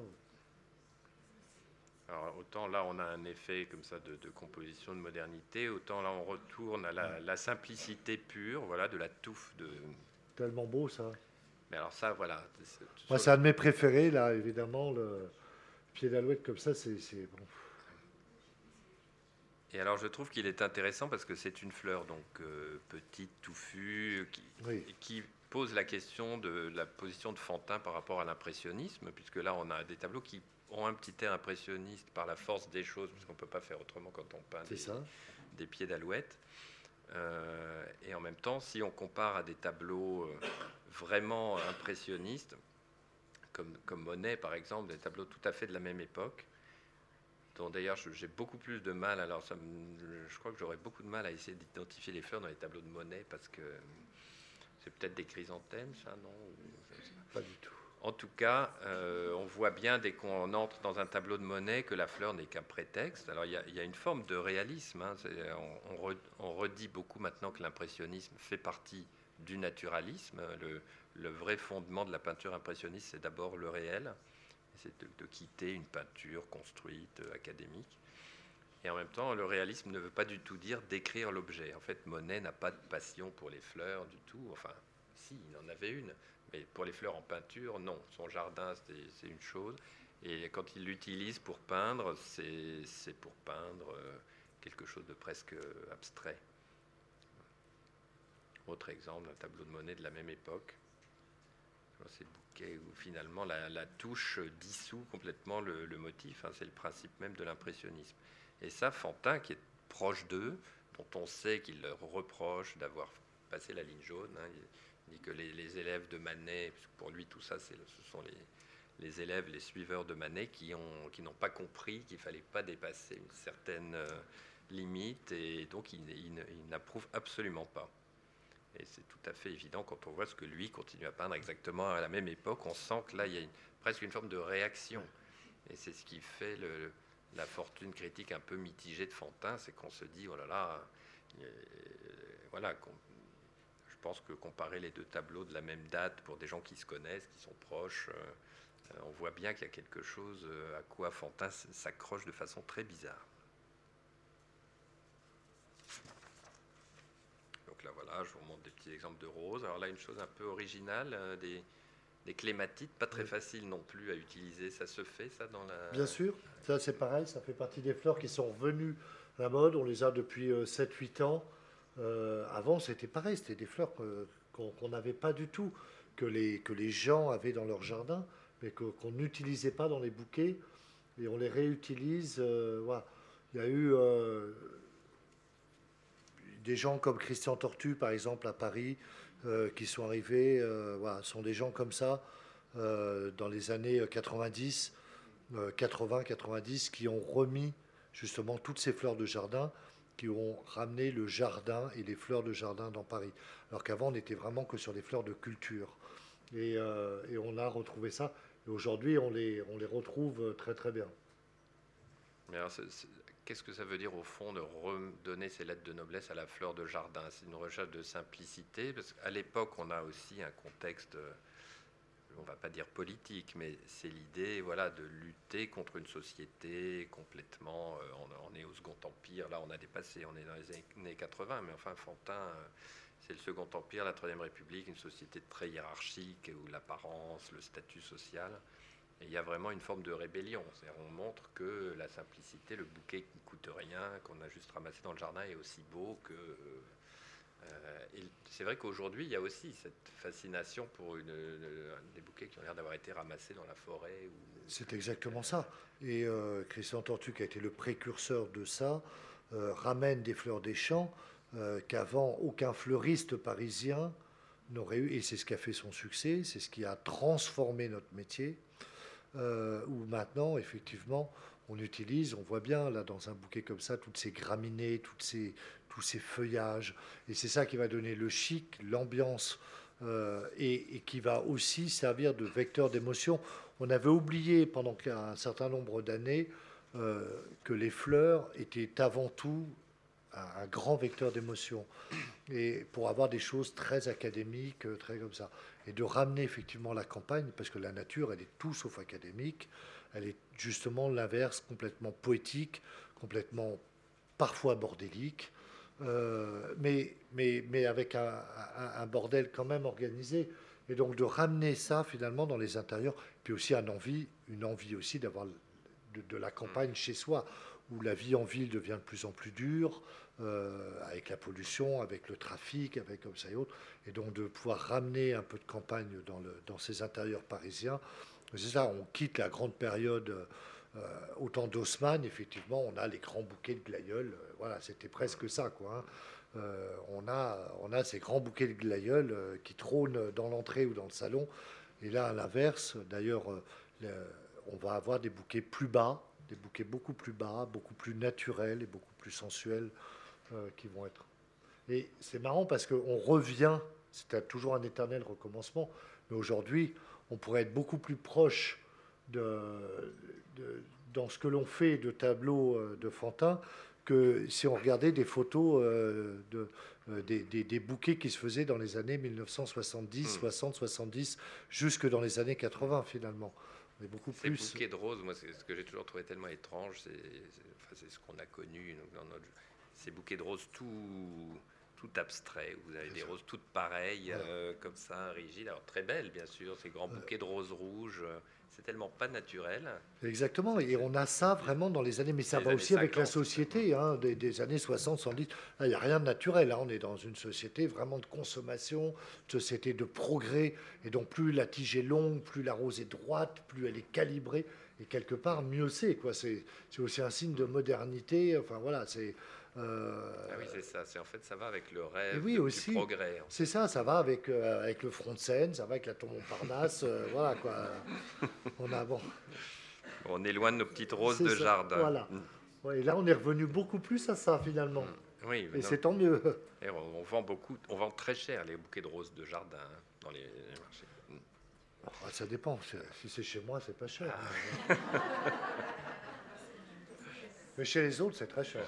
Alors, autant là, on a un effet comme ça de composition, de modernité, autant là, on retourne à la simplicité pure, voilà, de la touffe. Tellement beau, ça. Mais alors ça, voilà. Moi, c'est un de mes préférés, là, évidemment. Le pied d'alouette comme ça, c'est bon. Et alors, je trouve qu'il est intéressant parce que c'est une fleur donc petite, touffue, Oui. qui pose la question de la position de Fantin par rapport à l'impressionnisme, puisque là, on a des tableaux qui ont un petit air impressionniste par la force des choses, puisqu'on ne peut pas faire autrement quand on peint des pieds d'alouette. Et en même temps, si on compare à des tableaux vraiment impressionnistes, comme Monet par exemple, des tableaux tout à fait de la même époque, dont d'ailleurs j'ai beaucoup plus de mal, alors je crois que j'aurais beaucoup de mal à essayer d'identifier les fleurs dans les tableaux de Monet, parce que c'est peut-être des chrysanthèmes, ça, non? Pas du tout. En tout cas, on voit bien dès qu'on entre dans un tableau de Monet que la fleur n'est qu'un prétexte. Alors il y a une forme de réalisme. Hein. On redit beaucoup maintenant que l'impressionnisme fait partie du naturalisme. Le vrai fondement de la peinture impressionniste, c'est d'abord le réel. C'est de quitter une peinture construite, académique. Et en même temps, le réalisme ne veut pas du tout dire décrire l'objet. En fait, Monet n'a pas de passion pour les fleurs du tout. Enfin, si, il en avait une. Mais pour les fleurs en peinture, non. Son jardin, c'est une chose. Et quand il l'utilise pour peindre, c'est pour peindre quelque chose de presque abstrait. Autre exemple, un tableau de Monet de la même époque. C'est le bouquet où finalement la touche dissout complètement le motif. Hein, c'est le principe même de l'impressionnisme. Et ça, Fantin, qui est proche d'eux, dont on sait qu'il leur reproche d'avoir passé la ligne jaune, hein, il dit que les élèves de Manet, pour lui tout ça, ce sont les élèves, les suiveurs de Manet qui n'ont pas compris qu'il ne fallait pas dépasser une certaine limite, et donc il n'approuve absolument pas. Et c'est tout à fait évident quand on voit ce que lui continue à peindre exactement à la même époque. On sent que là, il y a presque une forme de réaction. Et c'est ce qui fait la fortune critique un peu mitigée de Fantin, c'est qu'on se dit, oh là là, voilà, je pense que comparer les deux tableaux de la même date pour des gens qui se connaissent, qui sont proches, on voit bien qu'il y a quelque chose à quoi Fantin s'accroche de façon très bizarre. Donc là, voilà, je vous montre des petits exemples de roses. Alors là, une chose un peu originale, des clématites, pas très facile non plus à utiliser. Ça se fait, ça, dans la... Bien sûr, ça c'est pareil, ça fait partie des fleurs qui sont revenues à la mode. On les a depuis 7-8 ans. Avant, c'était pareil, c'était des fleurs qu'on n'avait pas du tout, que les gens avaient dans leur jardin, mais qu'on n'utilisait pas dans les bouquets. Et on les réutilise. Voilà. Il y a eu des gens comme Christian Tortu, par exemple, à Paris, qui sont arrivés. Voilà, sont des gens comme ça, dans les années 90, 80-90, qui ont remis justement toutes ces fleurs de jardin, qui ont ramené le jardin et les fleurs de jardin dans Paris. Alors qu'avant, on n'était vraiment que sur des fleurs de culture. Et on a retrouvé ça. Et aujourd'hui, on les retrouve très très bien. Mais alors, qu'est-ce que ça veut dire au fond de redonner ces lettres de noblesse à la fleur de jardin? C'est une recherche de simplicité, parce qu'à l'époque, on a aussi un contexte, on ne va pas dire politique, mais c'est l'idée, voilà, de lutter contre une société complètement... on est au Second Empire, là on a dépassé, on est dans les années 80, mais enfin Fantin, c'est le Second Empire, la Troisième République, une société très hiérarchique, où l'apparence, le statut social... Et il y a vraiment une forme de rébellion. On montre que la simplicité, le bouquet qui ne coûte rien, qu'on a juste ramassé dans le jardin, est aussi beau que... et c'est vrai qu'aujourd'hui, il y a aussi cette fascination pour des bouquets qui ont l'air d'avoir été ramassés dans la forêt. C'est exactement ça. Et Christian Tortu, qui a été le précurseur de ça, ramène des fleurs des champs qu'avant aucun fleuriste parisien n'aurait eu. Et c'est ce qui a fait son succès, c'est ce qui a transformé notre métier. Où maintenant, effectivement, on utilise, on voit bien là dans un bouquet comme ça, toutes ces graminées, tous ces feuillages, et c'est ça qui va donner le chic, l'ambiance, et qui va aussi servir de vecteur d'émotion. On avait oublié pendant un certain nombre d'années que les fleurs étaient avant tout un grand vecteur d'émotion, et pour avoir des choses très académiques, très comme ça, et de ramener effectivement la campagne, parce que la nature, elle est tout sauf académique, elle est justement l'inverse, complètement poétique, complètement parfois bordélique, mais avec un bordel quand même organisé. Et donc de ramener ça finalement dans les intérieurs, puis aussi une envie aussi d'avoir de la campagne chez soi, où la vie en ville devient de plus en plus dure, avec la pollution, avec le trafic, avec comme ça et autres. Et donc de pouvoir ramener un peu de campagne dans ces intérieurs parisiens. C'est ça, on quitte la grande période au temps d'Haussmann, effectivement, on a les grands bouquets de glaïeuls. Voilà, c'était presque ça, quoi. Hein. On a ces grands bouquets de glaïeuls qui trônent dans l'entrée ou dans le salon. Et là, à l'inverse, d'ailleurs, on va avoir des bouquets plus bas, des bouquets beaucoup plus bas, beaucoup plus naturels et beaucoup plus sensuels qui vont être. Et c'est marrant parce qu'on revient, c'est toujours un éternel recommencement, mais aujourd'hui, on pourrait être beaucoup plus proche de, dans ce que l'on fait de tableaux de Fantin que si on regardait des photos des bouquets qui se faisaient dans les années 1970, 60, 70, jusque dans les années 80 finalement. On est beaucoup Ces plus... bouquets de roses, moi, c'est ce que j'ai toujours trouvé tellement étrange, c'est ce qu'on a connu dans notre... Ces bouquets de roses tout abstraits, où vous avez des roses toutes pareilles, comme ça, rigides, alors très belles bien sûr, ces grands bouquets de roses rouges, c'est tellement pas naturel. Exactement, et on a ça vraiment dans les années, mais ça va aussi avec la société hein, des années 60, 70. Là, il n'y a rien de naturel, hein. On est dans une société vraiment de consommation, une société de progrès, et donc plus la tige est longue, plus la rose est droite, plus elle est calibrée, et quelque part mieux c'est, quoi. C'est aussi un signe de modernité, enfin voilà, c'est... Ah oui, c'est ça, en fait ça va avec le rêve oui, du progrès. C'est ça, ça va avec le front de Seine, ça va avec la tour Montparnasse, voilà quoi. On a bon. On est loin de nos petites roses de jardin. Voilà. Ouais, et là, on est revenu beaucoup plus à ça finalement. Oui, et c'est tant mieux. Et on vend très cher les bouquets de roses de jardin dans les marchés. Oh, ça dépend. Si c'est chez moi, c'est pas cher. Mais chez les autres, c'est très cher.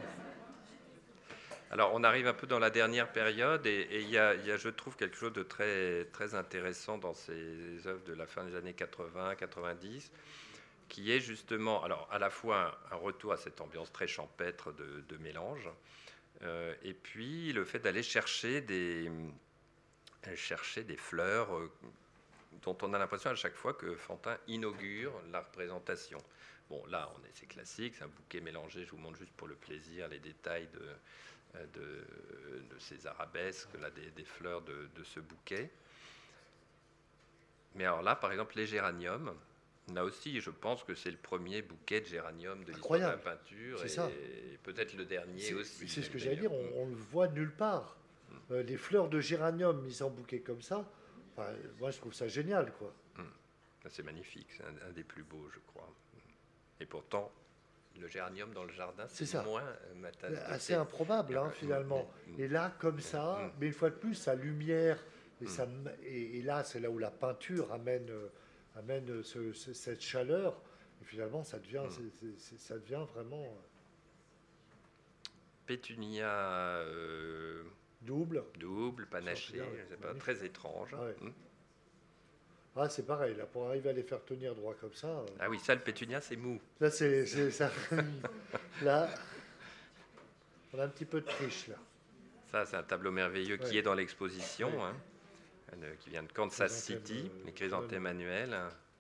Alors, on arrive un peu dans la dernière période et il y a, je trouve, quelque chose de très, très intéressant dans ces œuvres de la fin des années 80, 90, qui est justement, alors, à la fois un retour à cette ambiance très champêtre de mélange, et puis le fait d'aller chercher des fleurs dont on a l'impression à chaque fois que Fantin inaugure la représentation. Bon, là, c'est classique, c'est un bouquet mélangé, je vous montre juste pour le plaisir les détails de ces arabesques, là, des fleurs de ce bouquet. Mais alors là, par exemple, les géraniums, là aussi, je pense que c'est le premier bouquet de géranium de l'histoire de la peinture, et peut-être le dernier aussi. C'est ce que j'allais dire, on le voit nulle part. Les fleurs de géranium mises en bouquet comme ça, enfin, moi je trouve ça génial, quoi. C'est magnifique, c'est un des plus beaux, je crois. Et pourtant, le géranium dans le jardin, c'est moins ma tasse de thé. Assez improbable, hein, finalement. Et là, comme ça, mais une fois de plus, sa lumière, et là, c'est là où la peinture amène cette chaleur, et finalement, ça devient vraiment... Pétunia double, panaché, très étrange. Ah, c'est pareil, là, pour arriver à les faire tenir droit comme ça... Ah oui, ça, le pétunia, c'est mou. Là, c'est ça. Là, on a un petit peu de triche, là. Ça, c'est un tableau merveilleux qui est dans l'exposition, qui vient de Kansas City, les chrysanthèmes annuelles.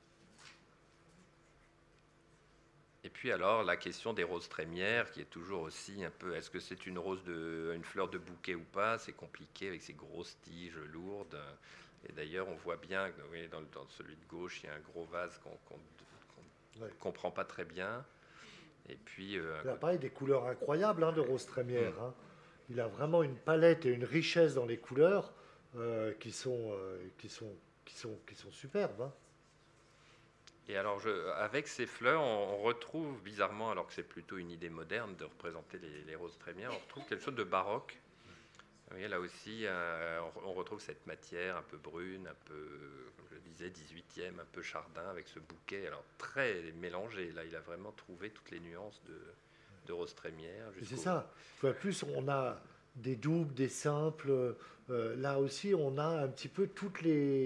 Et puis alors, la question des roses trémières, qui est toujours aussi un peu, est-ce que c'est une fleur de bouquet ou pas? C'est compliqué avec ces grosses tiges lourdes. Et d'ailleurs, on voit bien, oui, dans celui de gauche, il y a un gros vase qu'on ne comprend pas très bien. Et puis, il a pareil, des couleurs incroyables de rose trémière. Hein. Il a vraiment une palette et une richesse dans les couleurs qui sont superbes. Hein. Et alors, avec ces fleurs, on retrouve bizarrement, alors que c'est plutôt une idée moderne de représenter les roses trémières, on retrouve quelque chose de baroque. Oui, là aussi, on retrouve cette matière un peu brune, un peu, comme je le disais, 18e, un peu chardin, avec ce bouquet, alors très mélangé. Là, il a vraiment trouvé toutes les nuances de rose trémière. C'est ça. En plus, on a des doubles, des simples. Là aussi, on a un petit peu toute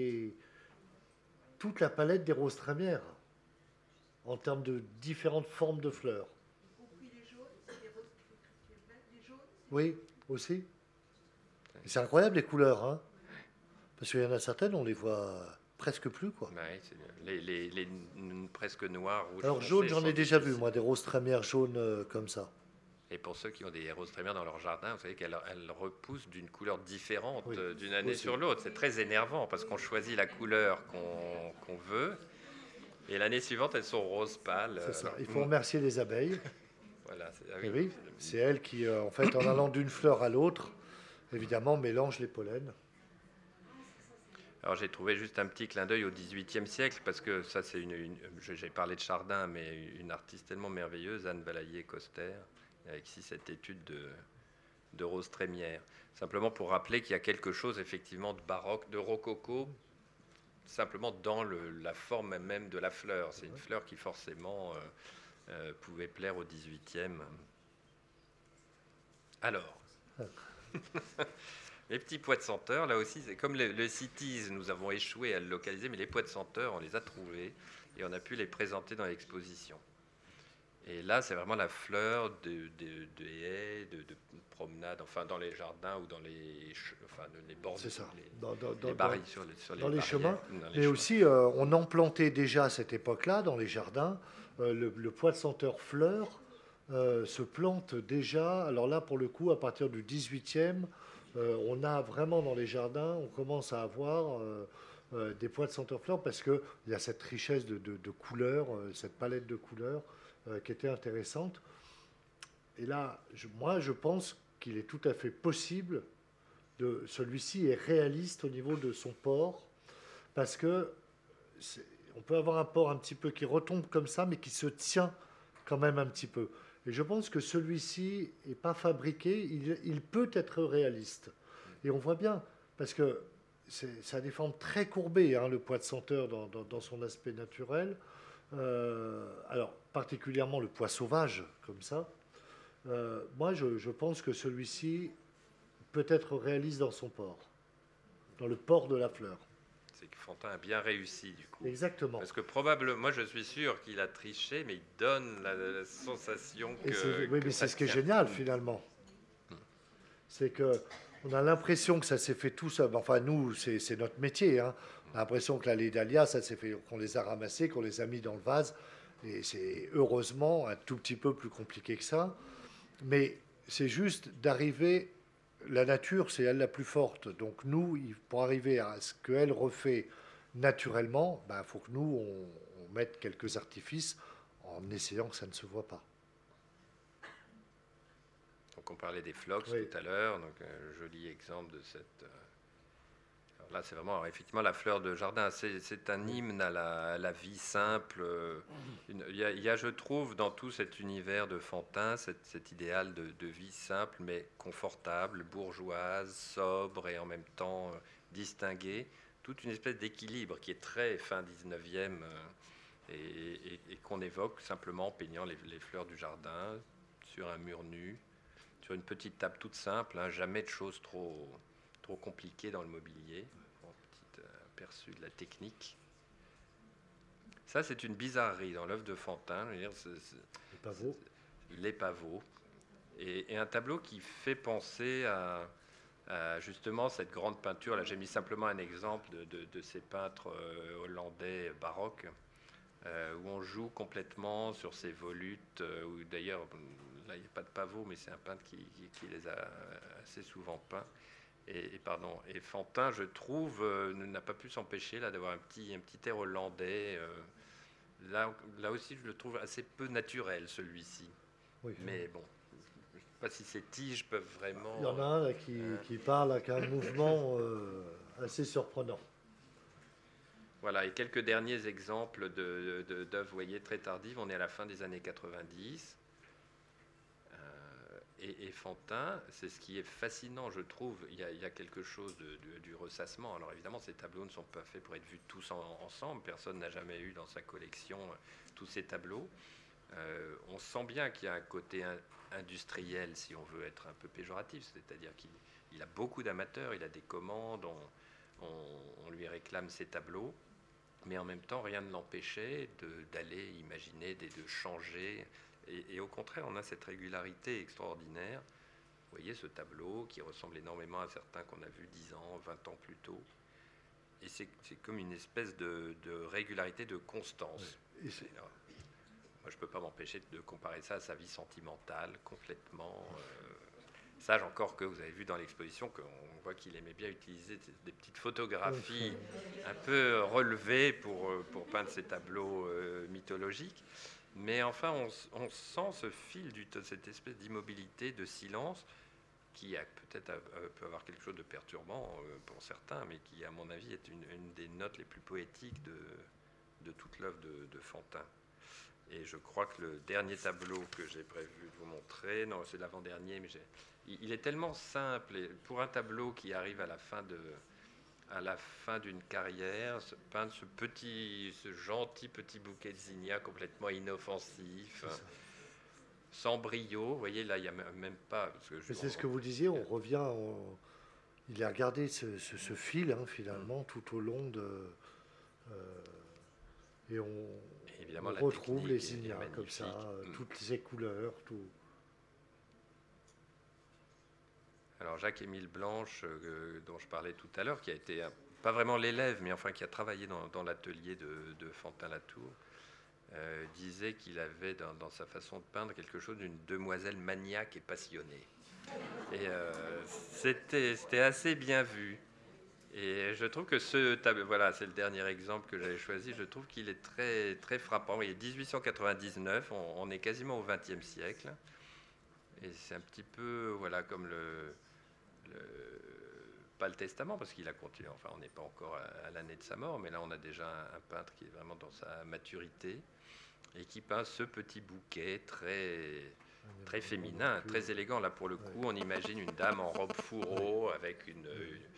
la palette des roses trémières en termes de différentes formes de fleurs. Oui, aussi. Et c'est incroyable les couleurs, hein, parce qu'il y en a certaines, on les voit presque plus, quoi. Ouais, les presque noirs, rouges. Alors jaune, j'en ai déjà vu, moi, des roses trémières jaunes comme ça. Et pour ceux qui ont des roses trémières dans leur jardin, vous savez qu'elles repoussent d'une couleur différente Oui, d'une année aussi. sur l'autre. C'est très énervant parce qu'on choisit la couleur qu'on veut et l'année suivante, elles sont roses pâles. C'est ça. Il faut remercier les abeilles. Voilà, Eh oui, c'est elles qui, en fait, en allant d'une fleur à l'autre, évidemment, mélangent les pollens. Alors j'ai trouvé juste un petit clin d'œil au XVIIIe siècle, parce que ça c'est j'ai parlé de Chardin, mais une artiste tellement merveilleuse, Anne Balayer-Coster, avec ici cette étude de rose trémière. Simplement pour rappeler qu'il y a quelque chose effectivement de baroque, de rococo, simplement dans la forme même de la fleur. C'est une fleur qui forcément pouvait plaire au XVIIIe. Alors... Les petits pois de senteur, là aussi, c'est comme le CITES, nous avons échoué à le localiser, mais les pois de senteur, on les a trouvés et on a pu les présenter dans l'exposition. Et là, c'est vraiment la fleur de haies, de promenades, enfin dans les jardins ou dans les bords, C'est ça. Dans les chemins. Dans les Mais chemins. aussi, on en plantait déjà à cette époque-là, dans les jardins. Le pois de senteur fleur se plante déjà. Alors là, pour le coup, à partir du 18e, on a vraiment dans les jardins, on commence à avoir des pois de senteur fleur parce qu'il y a cette richesse de couleurs, cette palette de couleurs qui était intéressante. Et là, moi, je pense qu'il est tout à fait possible celui-ci est réaliste au niveau de son port, parce que on peut avoir un port un petit peu qui retombe comme ça, mais qui se tient quand même un petit peu. Et je pense que celui-ci n'est pas fabriqué, il peut être réaliste. Et on voit bien, parce que ça a des formes très courbées, hein, le pois de senteur dans son aspect naturel. Alors, particulièrement le pois sauvage, comme ça. Moi, je pense que celui-ci peut être réaliste dans son port, dans le port de la fleur. C'est que Fantin a bien réussi, du coup. Exactement. Parce que probablement, moi je suis sûr qu'il a triché, mais il donne la sensation que... Oui, mais c'est ce qui est génial, finalement. C'est que on a l'impression que ça s'est fait tout ça. Enfin, nous, c'est notre métier. Hein. On a l'impression que les dahlias, ça s'est fait, qu'on les a ramassés, qu'on les a mis dans le vase. Et c'est heureusement un tout petit peu plus compliqué que ça. Mais c'est juste d'arriver. La nature, c'est elle la plus forte. Donc nous, pour arriver à ce qu'elle refait naturellement, il faut que nous, on mette quelques artifices en essayant que ça ne se voit pas. Donc on parlait des phlox tout à l'heure, donc un joli exemple de cette... Alors là, c'est vraiment effectivement la fleur de jardin. C'est un hymne à la vie simple. Il y a, je trouve, dans tout cet univers de Fantin, cet idéal de vie simple, mais confortable, bourgeoise, sobre et en même temps distinguée. Toute une espèce d'équilibre qui est très fin 19e et qu'on évoque simplement en peignant les fleurs du jardin sur un mur nu, sur une petite table toute simple, hein, jamais de choses trop compliquées dans le mobilier. Bon, petit aperçu de la technique. Ça, c'est une bizarrerie dans l'œuvre de Fantin. Je veux dire, Les pavots. Les pavots. Et un tableau qui fait penser à justement cette grande peinture. Là, j'ai mis simplement un exemple de ces peintres hollandais baroques, où on joue complètement sur ces volutes, où d'ailleurs, là, il n'y a pas de pavots, mais c'est un peintre qui les a assez souvent peints. Et Fantin, je trouve, n'a pas pu s'empêcher là d'avoir un petit air hollandais. Là aussi, je le trouve assez peu naturel, celui-ci. Oui. Mais bon, je ne sais pas si ces tiges peuvent vraiment... Il y en a un là, qui parle avec un mouvement assez surprenant. Voilà, et quelques derniers exemples d'œuvres, voyez, très tardives. On est à la fin des années 90. Et Fantin, c'est ce qui est fascinant, je trouve. Il y a quelque chose du ressassement. Alors évidemment, ces tableaux ne sont pas faits pour être vus tous ensemble. Personne n'a jamais eu dans sa collection tous ces tableaux. On sent bien qu'il y a un côté industriel, si on veut être un peu péjoratif, c'est-à-dire qu'il a beaucoup d'amateurs, il a des commandes, on lui réclame ses tableaux, mais en même temps, rien ne l'empêchait d'aller imaginer, de changer. Et au contraire, on a cette régularité extraordinaire. Vous voyez ce tableau qui ressemble énormément à certains qu'on a vus 10 ans, 20 ans plus tôt. Et c'est comme une espèce de régularité, de constance. Oui. Moi, je ne peux pas m'empêcher de comparer ça à sa vie sentimentale, complètement. Sage encore que vous avez vu dans l'exposition qu'on voit qu'il aimait bien utiliser des petites photographies un peu relevées pour peindre ses tableaux mythologiques. Mais enfin, on sent ce fil, cette espèce d'immobilité, de silence, qui peut-être peut avoir quelque chose de perturbant pour certains, mais qui, à mon avis, est une des notes les plus poétiques de toute l'œuvre de Fantin. Et je crois que le dernier tableau que j'ai prévu de vous montrer, non, c'est l'avant-dernier, mais il est tellement simple. Et pour un tableau qui arrive à la fin d'une carrière, peindre ce gentil petit bouquet de zinnia complètement inoffensif, sans brio. Vous voyez, là, il n'y a même pas... C'est ce que vous disiez, on revient... Il a gardé ce fil, finalement, tout au long de... et on retrouve les zinnias comme ça, toutes ces couleurs, tout... Alors Jacques-Émile Blanche, dont je parlais tout à l'heure, qui a été pas vraiment l'élève, mais enfin qui a travaillé dans l'atelier de Fantin-Latour, disait qu'il avait dans sa façon de peindre quelque chose d'une demoiselle maniaque et passionnée. Et c'était assez bien vu. Et je trouve que voilà, c'est le dernier exemple que j'avais choisi, je trouve qu'il est très, très frappant. Il est 1899, on est quasiment au XXe siècle. Et c'est un petit peu, voilà, comme pas le testament, parce qu'il a continué, enfin on n'est pas encore à l'année de sa mort, mais là on a déjà un peintre qui est vraiment dans sa maturité, et qui peint ce petit bouquet très féminin, très élégant. Là pour le coup, on imagine une dame en robe fourreau, avec une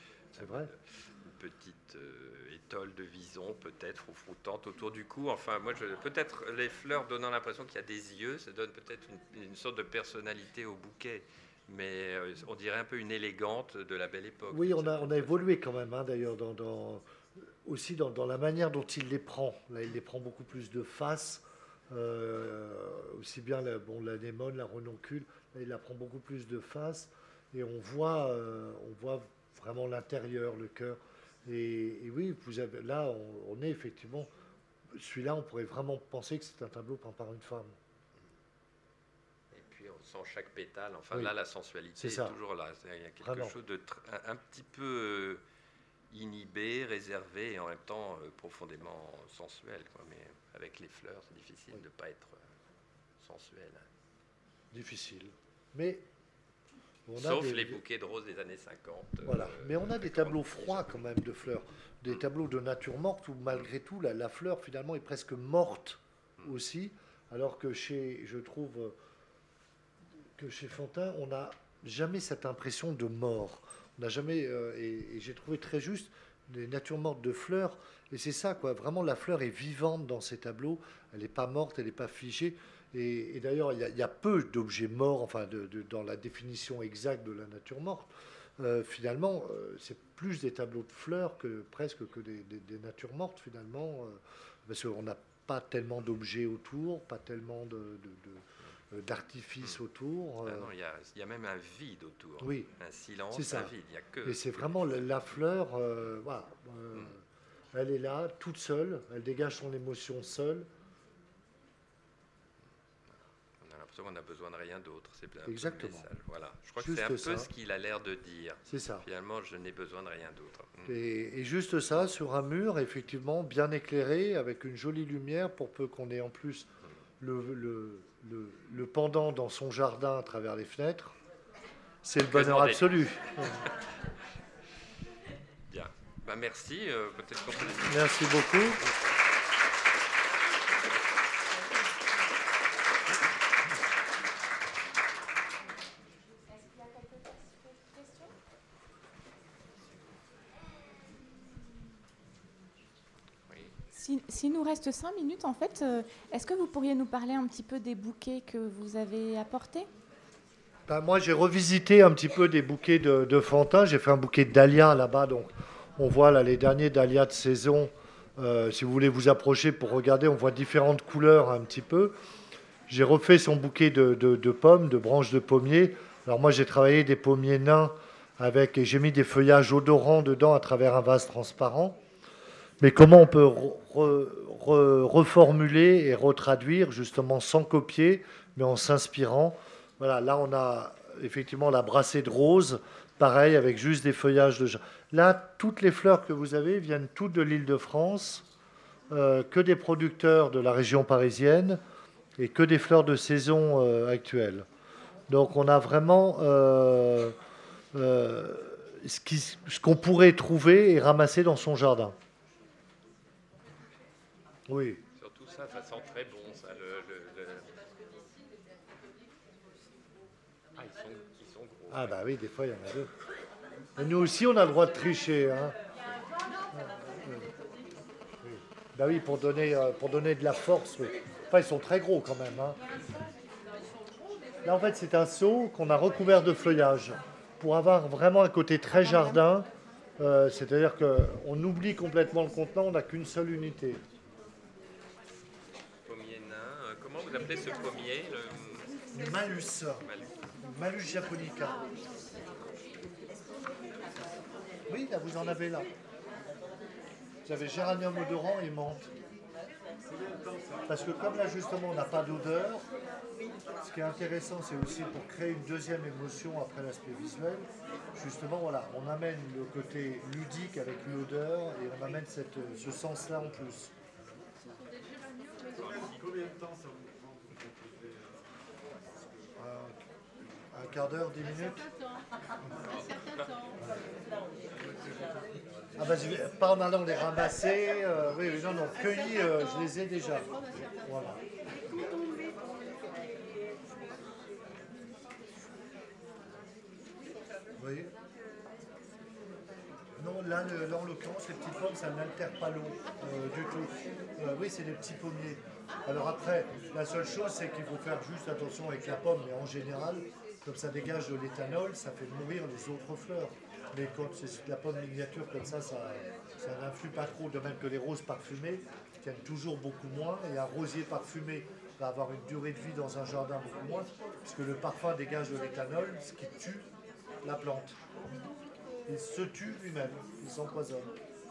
petite étole de vison, peut-être, froutante autour du cou. Enfin, moi, peut-être les fleurs donnant l'impression qu'il y a des yeux, ça donne peut-être une sorte de personnalité au bouquet. Mais on dirait un peu une élégante de la belle époque. Oui, on a évolué quand même, d'ailleurs, aussi dans la manière dont il les prend. Là, il les prend beaucoup plus de face, aussi bien l'anémone, la renoncule, là, il la prend beaucoup plus de face, et on voit vraiment l'intérieur, le cœur. Et oui, là, on est effectivement... Celui-là, on pourrait vraiment penser que c'est un tableau peint par une femme. On sent chaque pétale. Enfin, oui. Là, la sensualité est toujours là. Il y a quelque chose de un petit peu inhibé, réservé, et en même temps profondément sensuel. Mais avec les fleurs, c'est difficile de ne pas être sensuel. Difficile. Mais... Sauf les bouquets de roses des années 50. Voilà. Mais on a des tableaux froids quand même de fleurs. Des tableaux de nature morte où malgré tout, la fleur finalement est presque morte aussi. Alors que je trouve que chez Fantin, on n'a jamais cette impression de mort. On n'a jamais, et j'ai trouvé très juste, des natures mortes de fleurs. Et c'est ça, quoi. Vraiment, la fleur est vivante dans ces tableaux. Elle n'est pas morte, elle n'est pas figée. Et d'ailleurs, il y a peu d'objets morts, enfin, dans la définition exacte de la nature morte. Finalement, c'est plus des tableaux de fleurs presque que des natures mortes, finalement, parce qu'on n'a pas tellement d'objets autour, pas tellement d'artifices autour. Ah non, il y a même un vide autour. Oui, un silence, c'est ça. Un vide. Il y a que. Et c'est vraiment la fleur, voilà. Elle est là, toute seule, elle dégage son émotion seule. On n'a besoin de rien d'autre. C'est un exactement. Peu le message. Voilà. Je crois que c'est un peu ce qu'il a l'air de dire. C'est ça. Finalement, je n'ai besoin de rien d'autre. Et juste ça, sur un mur, effectivement, bien éclairé, avec une jolie lumière, pour peu qu'on ait en plus le pendant dans son jardin à travers les fenêtres. C'est le bonheur absolu. Bien. Ben, merci. Peut-être qu'on peut... Merci beaucoup. S'il nous reste 5 minutes, en fait, est-ce que vous pourriez nous parler un petit peu des bouquets que vous avez apportés? Ben, moi, j'ai revisité un petit peu des bouquets de Fantin. J'ai fait un bouquet de dahlias là-bas. Donc, on voit là les derniers dahlias de saison. Si vous voulez vous approcher pour regarder, on voit différentes couleurs un petit peu. J'ai refait son bouquet de pommes, de branches de pommier. Alors moi, j'ai travaillé des pommiers nains avec, et j'ai mis des feuillages odorants dedans à travers un vase transparent. Mais comment on peut reformuler et retraduire justement sans copier, mais en s'inspirant. Voilà, là on a effectivement la brassée de rose, pareil avec juste des feuillages de... Là, toutes les fleurs que vous avez viennent toutes de l'Île-de-France, que des producteurs de la région parisienne et que des fleurs de saison actuelles. Donc on a vraiment euh, ce qu'on pourrait trouver et ramasser dans son jardin. Oui. Surtout ça sent très bon, ça. Ah, ils sont gros. Ah bah oui, des fois il y en a deux. Et nous aussi on a le droit de tricher. Hein. Oui. Bah oui, pour donner de la force. Oui. Enfin, ils sont très gros quand même. Hein. Là en fait c'est un seau qu'on a recouvert de feuillage pour avoir vraiment un côté très jardin. C'est-à-dire qu'on oublie complètement le contenant, on n'a qu'une seule unité. Pommier nain. Comment vous appelez ce pommier Malus. Malus japonica. Oui, là vous en avez là. Vous avez géranium odorant et menthe. Parce que comme là justement on n'a pas d'odeur, ce qui est intéressant c'est aussi pour créer une deuxième émotion après l'aspect visuel. Justement voilà, on amène le côté ludique avec l'odeur et on amène ce sens-là en plus. Combien de temps ça vous prend pour composer Un quart d'heure, 10 minutes. Ah bah, pas en allant les ramasser, oui, non, cueillis, je les ai déjà. Voilà. Oui. Non, là, en l'occurrence, les petites pommes, ça n'altère pas l'eau du tout. Oui, c'est des petits pommiers. Alors après, la seule chose, c'est qu'il faut faire juste attention avec la pomme, mais en général, comme ça dégage de l'éthanol, ça fait mourir les autres fleurs. Mais quand c'est de la pomme miniature comme ça n'influe pas trop, de même que les roses parfumées tiennent toujours beaucoup moins, et un rosier parfumé va avoir une durée de vie dans un jardin beaucoup moins, puisque le parfum dégage de l'éthanol, ce qui tue la plante. Il se tue lui-même, il s'empoisonne.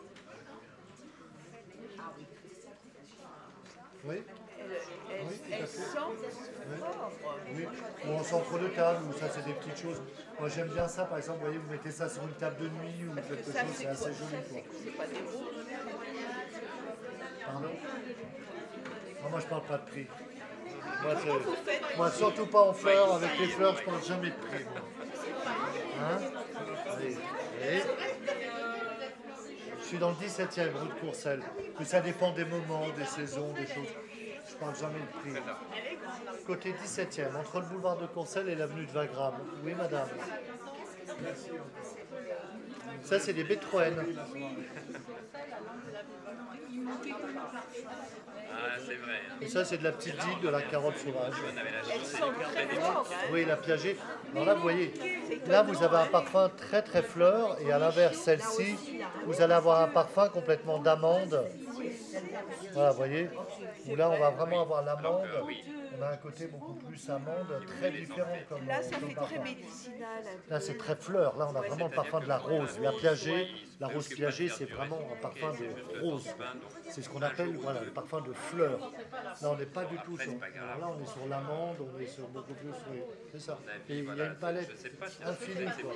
Oui. Elle sent fort. Oui. Ou en centre de table, ou ça c'est des petites choses. Moi j'aime bien ça, par exemple, vous voyez, vous mettez ça sur une table de nuit ou quelque chose, c'est assez joli. Quoi. C'est pas des roses. Pardon? Non, moi je parle pas de prix. Moi surtout pas en fleurs, avec les fleurs je parle jamais de prix. Moi. Hein? Allez. Allez. Je suis dans le 17e rue de Courcelles. Mais ça dépend des moments, des saisons, des choses. Je ne parle jamais de prix. Côté 17e, entre le boulevard de Courcelles et l'avenue de Wagram. Oui, madame. Ça, c'est des Betroènes. Ah, c'est vrai. Et ça, c'est de la petite digue, de la carotte sauvage. Elle sent très fort. Hein. Oui, la piagée. Alors là, vous voyez, là, vous avez un parfum très, très fleur. Et à l'inverse, celle-ci, vous allez avoir un parfum complètement d'amande. Voilà, vous voyez. Où là, on va vraiment avoir l'amande. On a un côté beaucoup plus amande, très différent comme Là, ça comme fait parfum. très médicinal. Là, c'est très fleur. Là, on a vraiment le parfum de la rose. La piagée, la rose piagée, c'est vraiment un parfum de rose. C'est ce qu'on appelle voilà, le parfum de fleur. Là, on n'est pas du tout sur... Alors là, on est sur l'amande, on est sur beaucoup plus... Oui, c'est ça. Et il y a une palette infinie, quoi.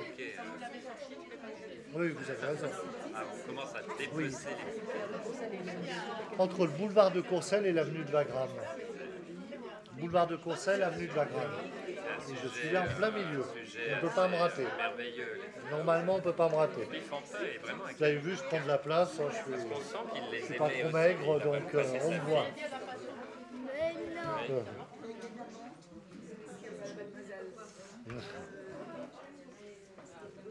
Oui, vous avez raison. On commence à dépecer Entre le boulevard de Courcelles et l'avenue de Wagram. Boulevard de Courcelles, avenue de Wagram. Et je suis là en plein milieu. On ne peut pas me rater. merveilleux. Normalement, on ne peut pas me rater. Fantin est vraiment Vous avez vu, je prends de la place. Hein, je on sent qu'il les suis pas aimait trop aussi. maigre, donc on me voit.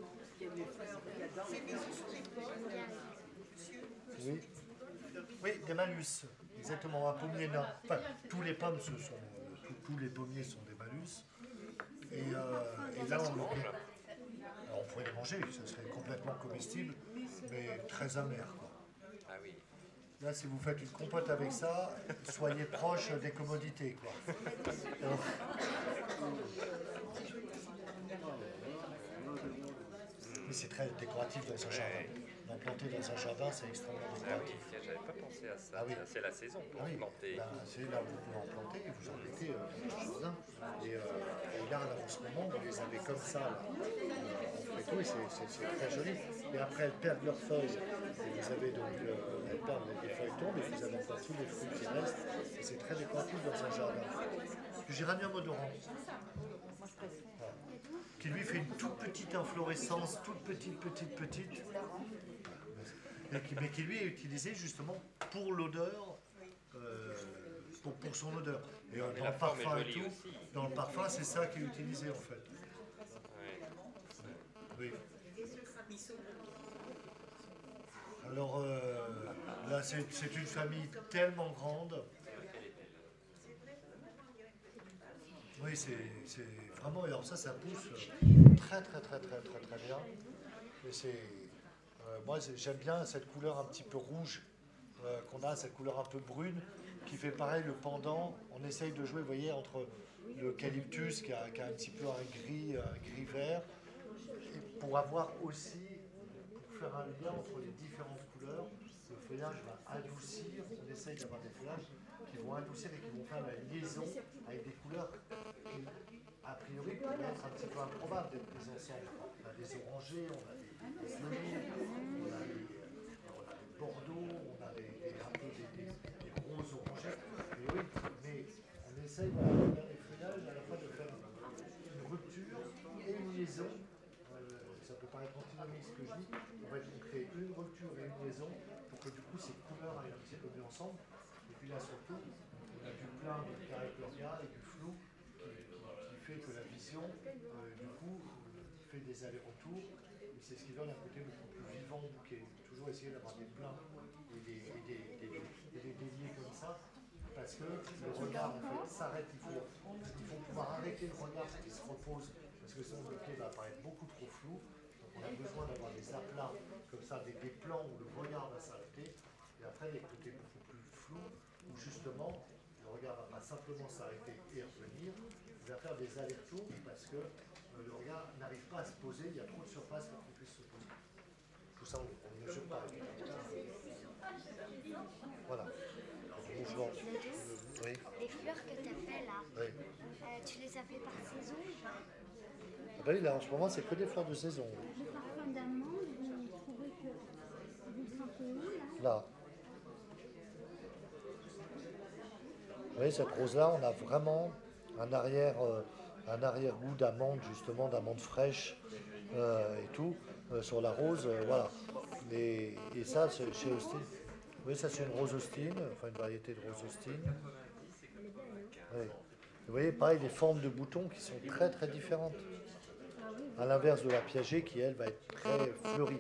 Oui. Oui, des malus, exactement, un pommier nain. Enfin, tous les pommes, tous les pommiers sont des malus. Et là, alors, on pourrait les manger, ça serait complètement comestible, mais très amer, quoi. Ah oui. Là, si vous faites une compote avec ça, soyez proche des commodités, quoi. Mais c'est très décoratif dans un jardin. D'en planter dans un jardin, c'est extrêmement Ah oui, décoratif. tiens, j'avais pas pensé à ça. Ah oui. Tiens, c'est la saison pour Ah oui, planter. ben, c'est là où vous pouvez en planter et vous en mettez dans le jardin. Et là, en ce moment, vous les avez comme ça, là, et tout, et c'est très joli. Et après, elles perdent leurs feuilles. Et vous avez donc, elles perdent, les feuilles tombent, et vous avez encore tous les fruits qui restent. Et c'est très décoratif dans un jardin. Du géranium odorant. Voilà. Qui lui fait une toute petite inflorescence, toute petite. Mais qui lui est utilisé justement pour l'odeur, pour son odeur. Et dans la le forme est parfum et jolie tout, aussi. dans le parfum, c'est ça qui est utilisé en fait. Ouais. Oui. Alors là, c'est une famille tellement grande. Oui, c'est vraiment. Alors ça pousse très bien. Et moi, j'aime bien cette couleur un petit peu rouge qu'on a, cette couleur un peu brune, qui fait pareil le pendant. On essaye de jouer, vous voyez, entre l'eucalyptus qui a un petit peu un gris vert, et pour avoir aussi, pour faire un lien entre les différentes couleurs, le feuillage va adoucir. On essaye d'avoir des feuillages qui vont adoucir et qui vont faire la liaison avec des couleurs qui, a priori, pourraient être un petit peu improbables d'être mises ensemble. On a des orangés, on a des violets, on a des bordeaux, on a un peu des roses orangés. Et oui, mais on essaye dans les feuillages à la fois de faire une rupture et une liaison. Ça peut paraître antinomique ce que je dis. On va créer une rupture et une liaison pour que du coup ces couleurs aillent un petit peu mieux ensemble. Et puis là surtout, on a du plein de caractéria et du flou qui fait que la vision, du coup, fait des allers-retours. Et c'est ce qui donne un côté beaucoup plus vivant au bouquet. Toujours essayer d'avoir des pleins et des déliés comme ça, parce que le regard en fait s'arrête. Il faut pouvoir arrêter le regard pour qu'il se repose, parce que sinon le bouquet va apparaître beaucoup trop flou. Donc on a besoin d'avoir des aplats comme ça, des plans où le regard va s'arrêter, et après les côtés beaucoup plus flous, où justement le regard ne va pas simplement s'arrêter et revenir, il va faire des allers-retours parce que le regard n'arrive pas à se poser, il y a trop de surface pour qu'il puisse se poser. Tout ça, on ne mesure pas. Voilà. Mouvement. Oui. Les fleurs que tu as fait là, Oui. tu les as fait par saison ou pas? Ah ben oui, là en ce moment c'est que des fleurs de saison. Le parfum d'amande, vous trouvez que vous le sentez où là? Là. Vous voyez, cette rose-là, on a vraiment un arrière-goût d'amande, justement, d'amande fraîche et tout, sur la rose, voilà. Et ça, c'est chez Austin. Oui, ça c'est une rose Austin, enfin une variété de rose Austin. Oui. Vous voyez, pareil, les formes de boutons qui sont très différentes. À l'inverse de la Piaget qui, elle, va être très fleurie.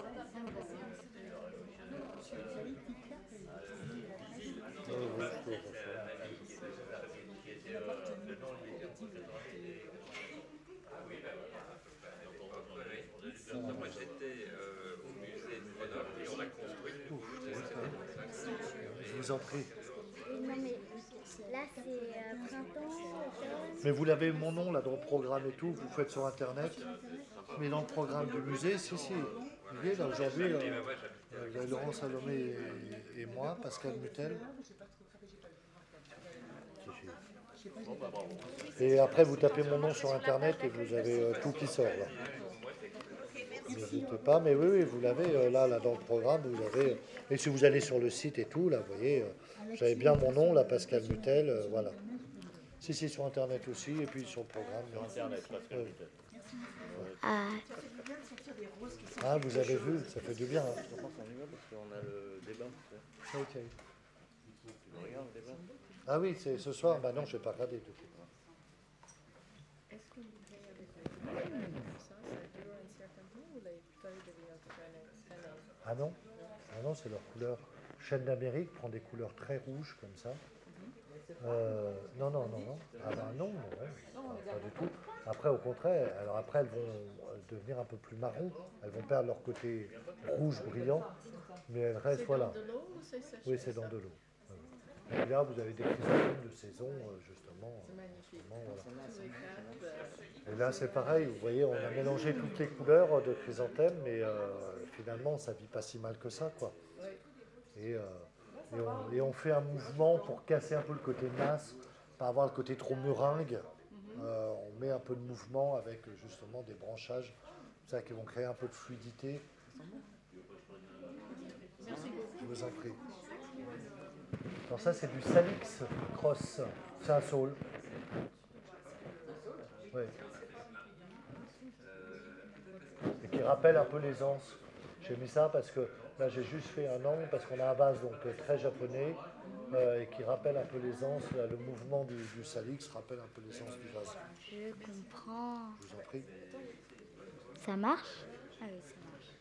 Moi j'étais au musée de Grenoble et on a construit une bouche. Je vous en prie. Non mais là c'est printemps, automne. Mais vous l'avez mon nom là dans le programme et tout, vous faites sur internet. Mais dans le programme du musée, si. Vous voyez là aujourd'hui, il y a Laurent Salomé et moi, Pascal Mutel. Et après vous tapez mon nom sur internet et vous avez tout qui sort là. N'hésitez pas, mais oui, vous l'avez là dans le programme, vous avez. Et si vous allez sur le site et tout, là, vous voyez, vous avez bien mon nom, là, Pascal Mutel, voilà. Si, sur internet aussi, et puis sur le programme. Sur internet, Pascal Mutel. Ah, vous avez vu, ça fait du bien. Hein. Je pense qu'on y va parce qu'on a le débat. Ok. Tu regardes le débat? Ah oui, c'est ce soir. Bah non, je ne vais pas regarder tout de suite. Est-ce que vous avez ça dure un certain temps ou les feuilles deviennent fanées? Ah non, c'est leur couleur. Chêne d'Amérique prend des couleurs très rouges comme ça. Non, non, non, non. Ah ben non, ouais. Pas du tout. Après, au contraire, alors après, elles vont devenir un peu plus marron. Elles vont perdre leur côté rouge brillant, mais elles restent, C'est voilà. dans de l'eau ou c'est séché? Oui, c'est dans de l'eau. Et là, vous avez des chrysanthèmes de saison, justement. C'est magnifique. Voilà. Tous les quatre, Et là, c'est pareil, vous voyez, on a mélangé toutes les couleurs de chrysanthème, mais finalement, ça vit pas si mal que ça, quoi. Et, on fait un mouvement pour casser un peu le côté masse, pas avoir le côté trop meringue. On met un peu de mouvement avec justement des branchages, ça qui vont créer un peu de fluidité. Je vous en prie. Alors ça, c'est du Salix Cross. C'est un saule. Oui. Et qui rappelle un peu les anses. J'ai mis ça parce que là, j'ai juste fait un angle parce qu'on a un vase donc très japonais et qui rappelle un peu les anses. Là, le mouvement du Salix rappelle un peu les anses du vase. Je comprends. Je vous en prie. Ça marche? Ah oui, ça marche.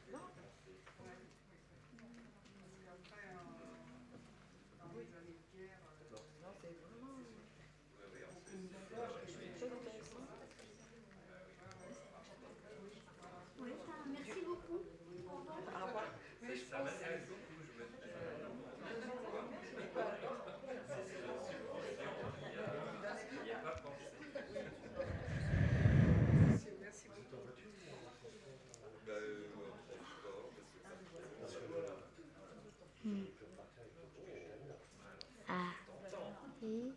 Merci beaucoup. Ah. Et...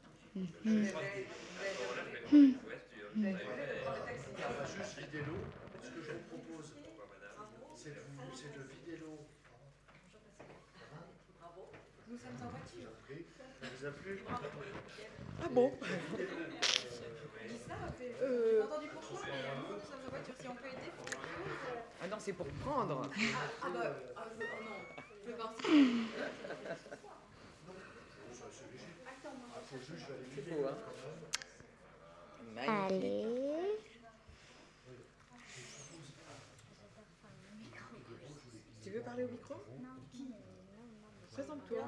On va juste vider l'eau. Ce que je vous propose, c'est de vider l'eau. Nous sommes en voiture. Ça vous a plu? Ah bon? Dis ça, j'ai entendu pourquoi, mais nous sommes en voiture. Si on peut aider pour quelque chose. Ah non, c'est pour prendre. Oh non, je vais voir si. C'est beau, hein? Allez. Tu veux parler au micro? Présente-toi.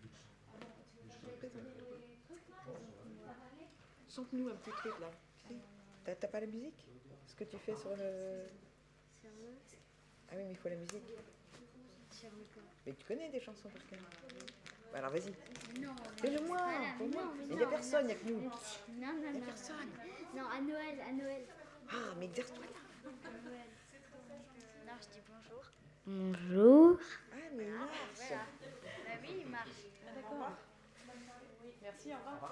Chante-nous un petit truc là. T'as pas la musique? Ce que tu fais sur le. Ah oui, mais il faut la musique. Mais tu connais des chansons par cœur? Bah alors vas-y. Non, Fais-le-moi pour moi. Il n'y a personne, il n'y a que nous. Non, non, non. Personne. Non, à Noël, à Noël. Ah, mais exerce-toi là. À Noël. Non, je dis bonjour. Bonjour. Ah, mais il marche. Voilà. Bah oui, il marche. D'accord. Merci, au revoir.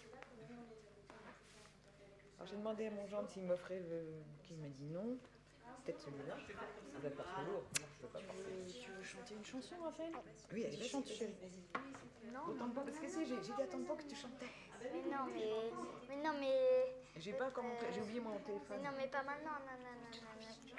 Alors j'ai demandé à mon gendre s'il m'offrait le. Qui m'a dit non. Peut-être celui-là. Ça va pas trop lourd. Tu veux chanter une chanson, Raphaël? Oui, allez, chante, chérie. Non, Autant pas, parce que c'est, j'ai dit à Tampon que tu chantais. mais non, mais non, mais. J'ai pas encore montré, j'ai oublié mon téléphone. Mais non, mais pas maintenant, non, non, non, non, non.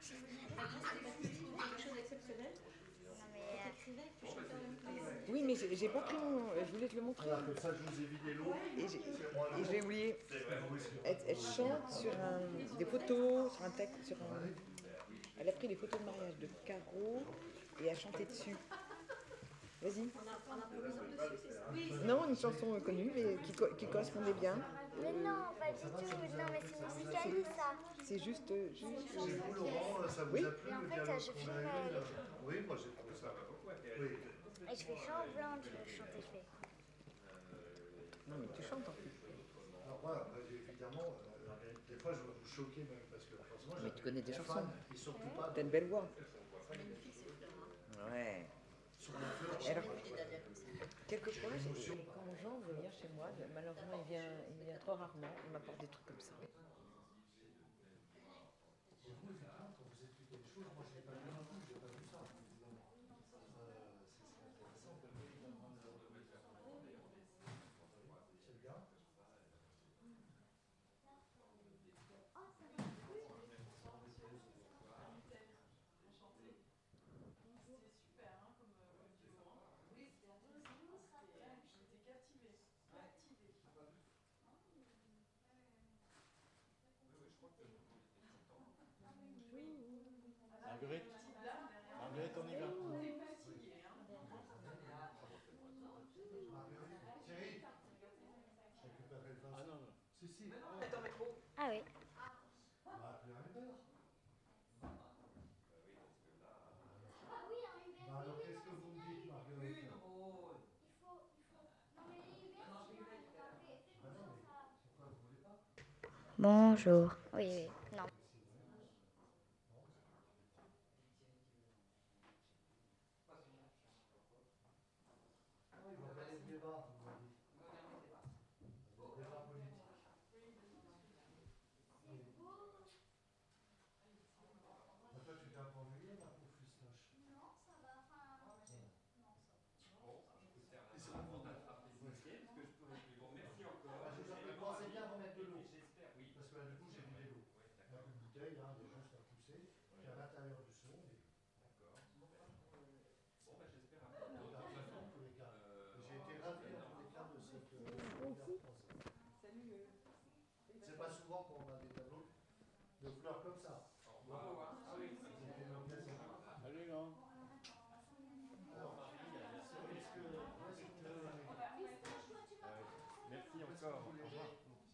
Non, mais. Oui, mais j'ai pas pris mon. Je voulais te le montrer. Voilà, comme ça, je vous ai vidé l'eau. Et j'ai oublié. Elle chante sur des photos, sur un texte, sur un. Elle a pris des photos de mariage de Caro et a chanté dessus. Vas-y. Non, une chanson connue, mais qui correspondait bien. Mais non, pas du tout. Non, mais c'est musicali, ça. C'est juste. Et vous, Laurent, ça vous Oui. a plu Mais en le fait, dialogue je qu'on filme a eu, les là? Oui, moi j'ai trouvé ça. Oui. Et je fais semblant de chanter, je fais. Non, mais tu chantes en plus. Alors moi, évidemment, des fois je vais vous choquer même parce que forcément, Mais tu connais des les chansons. fans, et surtout pas T'as une belle voix. Ouais. sur le feu. Alors, quelquefois, quand Jean veut venir chez moi, malheureusement, il vient trop rarement, il m'apporte des trucs comme ça. Marguerite, on y va. Bonjour. Oui, oui. Non. Toi, tu t'es un peu ennuyé, ma pauvre Fustoche? Non, ça va. Enfin, non, ça va. Bon, je peux faire avant d'attraper ce dossier, parce que je peux. Bon, merci encore. Je vous en prie, pensez bien à remettre de l'eau. J'espère, oui. Parce que là, du coup, j'ai vidé l'eau. Oui, Il n'y a d'accord. plus de bouteille, hein, il y a juste à pousser. Puis à l'intérieur du seau, on est bien. D'accord, super. Bon, bah, j'espère un peu. En tous les cas. J'ai été ravi en tous les cas de cette première croisée. Salut. C'est pas souvent qu'on a des tableaux de fleurs comme ça. Bravo, hein. Ah oui. C'était une occasion. Salut, non? Alors, est-ce que Merci encore. Au revoir.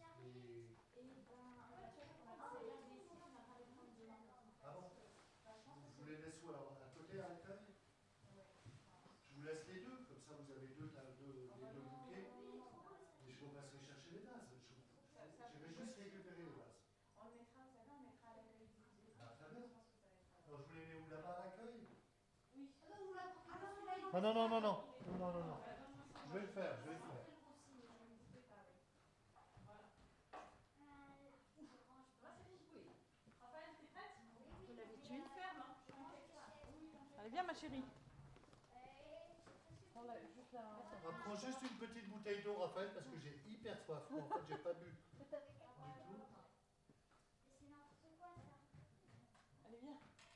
Ah bon? Je vous les laisse où alors? À côté, à l'accueil? Je vous laisse les deux, comme ça vous avez les deux bouquets. Et je vous passerai chercher les vases. Je vais juste récupérer les vases. On le mettra, vous savez, on le mettra à l'accueil du musée. Ah, très bien. Alors je vous les mets où, là-bas à l'accueil? Oui. Non, non, non, non, non. Non, non, non, non. Je vais le faire, je vais le faire. Vous l'habitude ferme. Allez, viens, ma chérie. Prends juste une petite bouteille d'eau, Raphaël, parce que j'ai hyper soif. En fait, j'ai pas bu du tout. Allez, viens.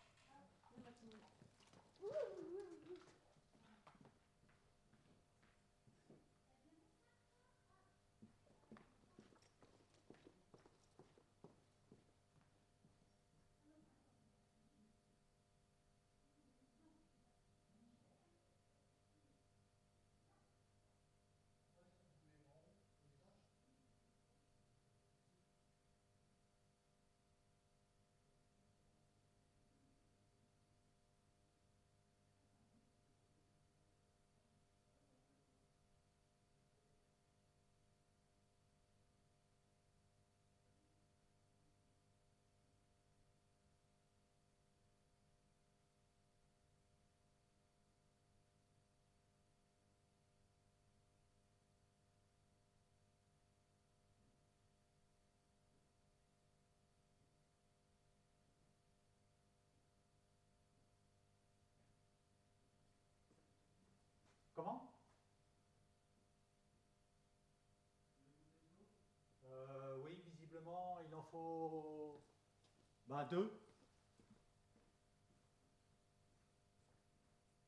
Comment? Oui, visiblement, il en faut... deux.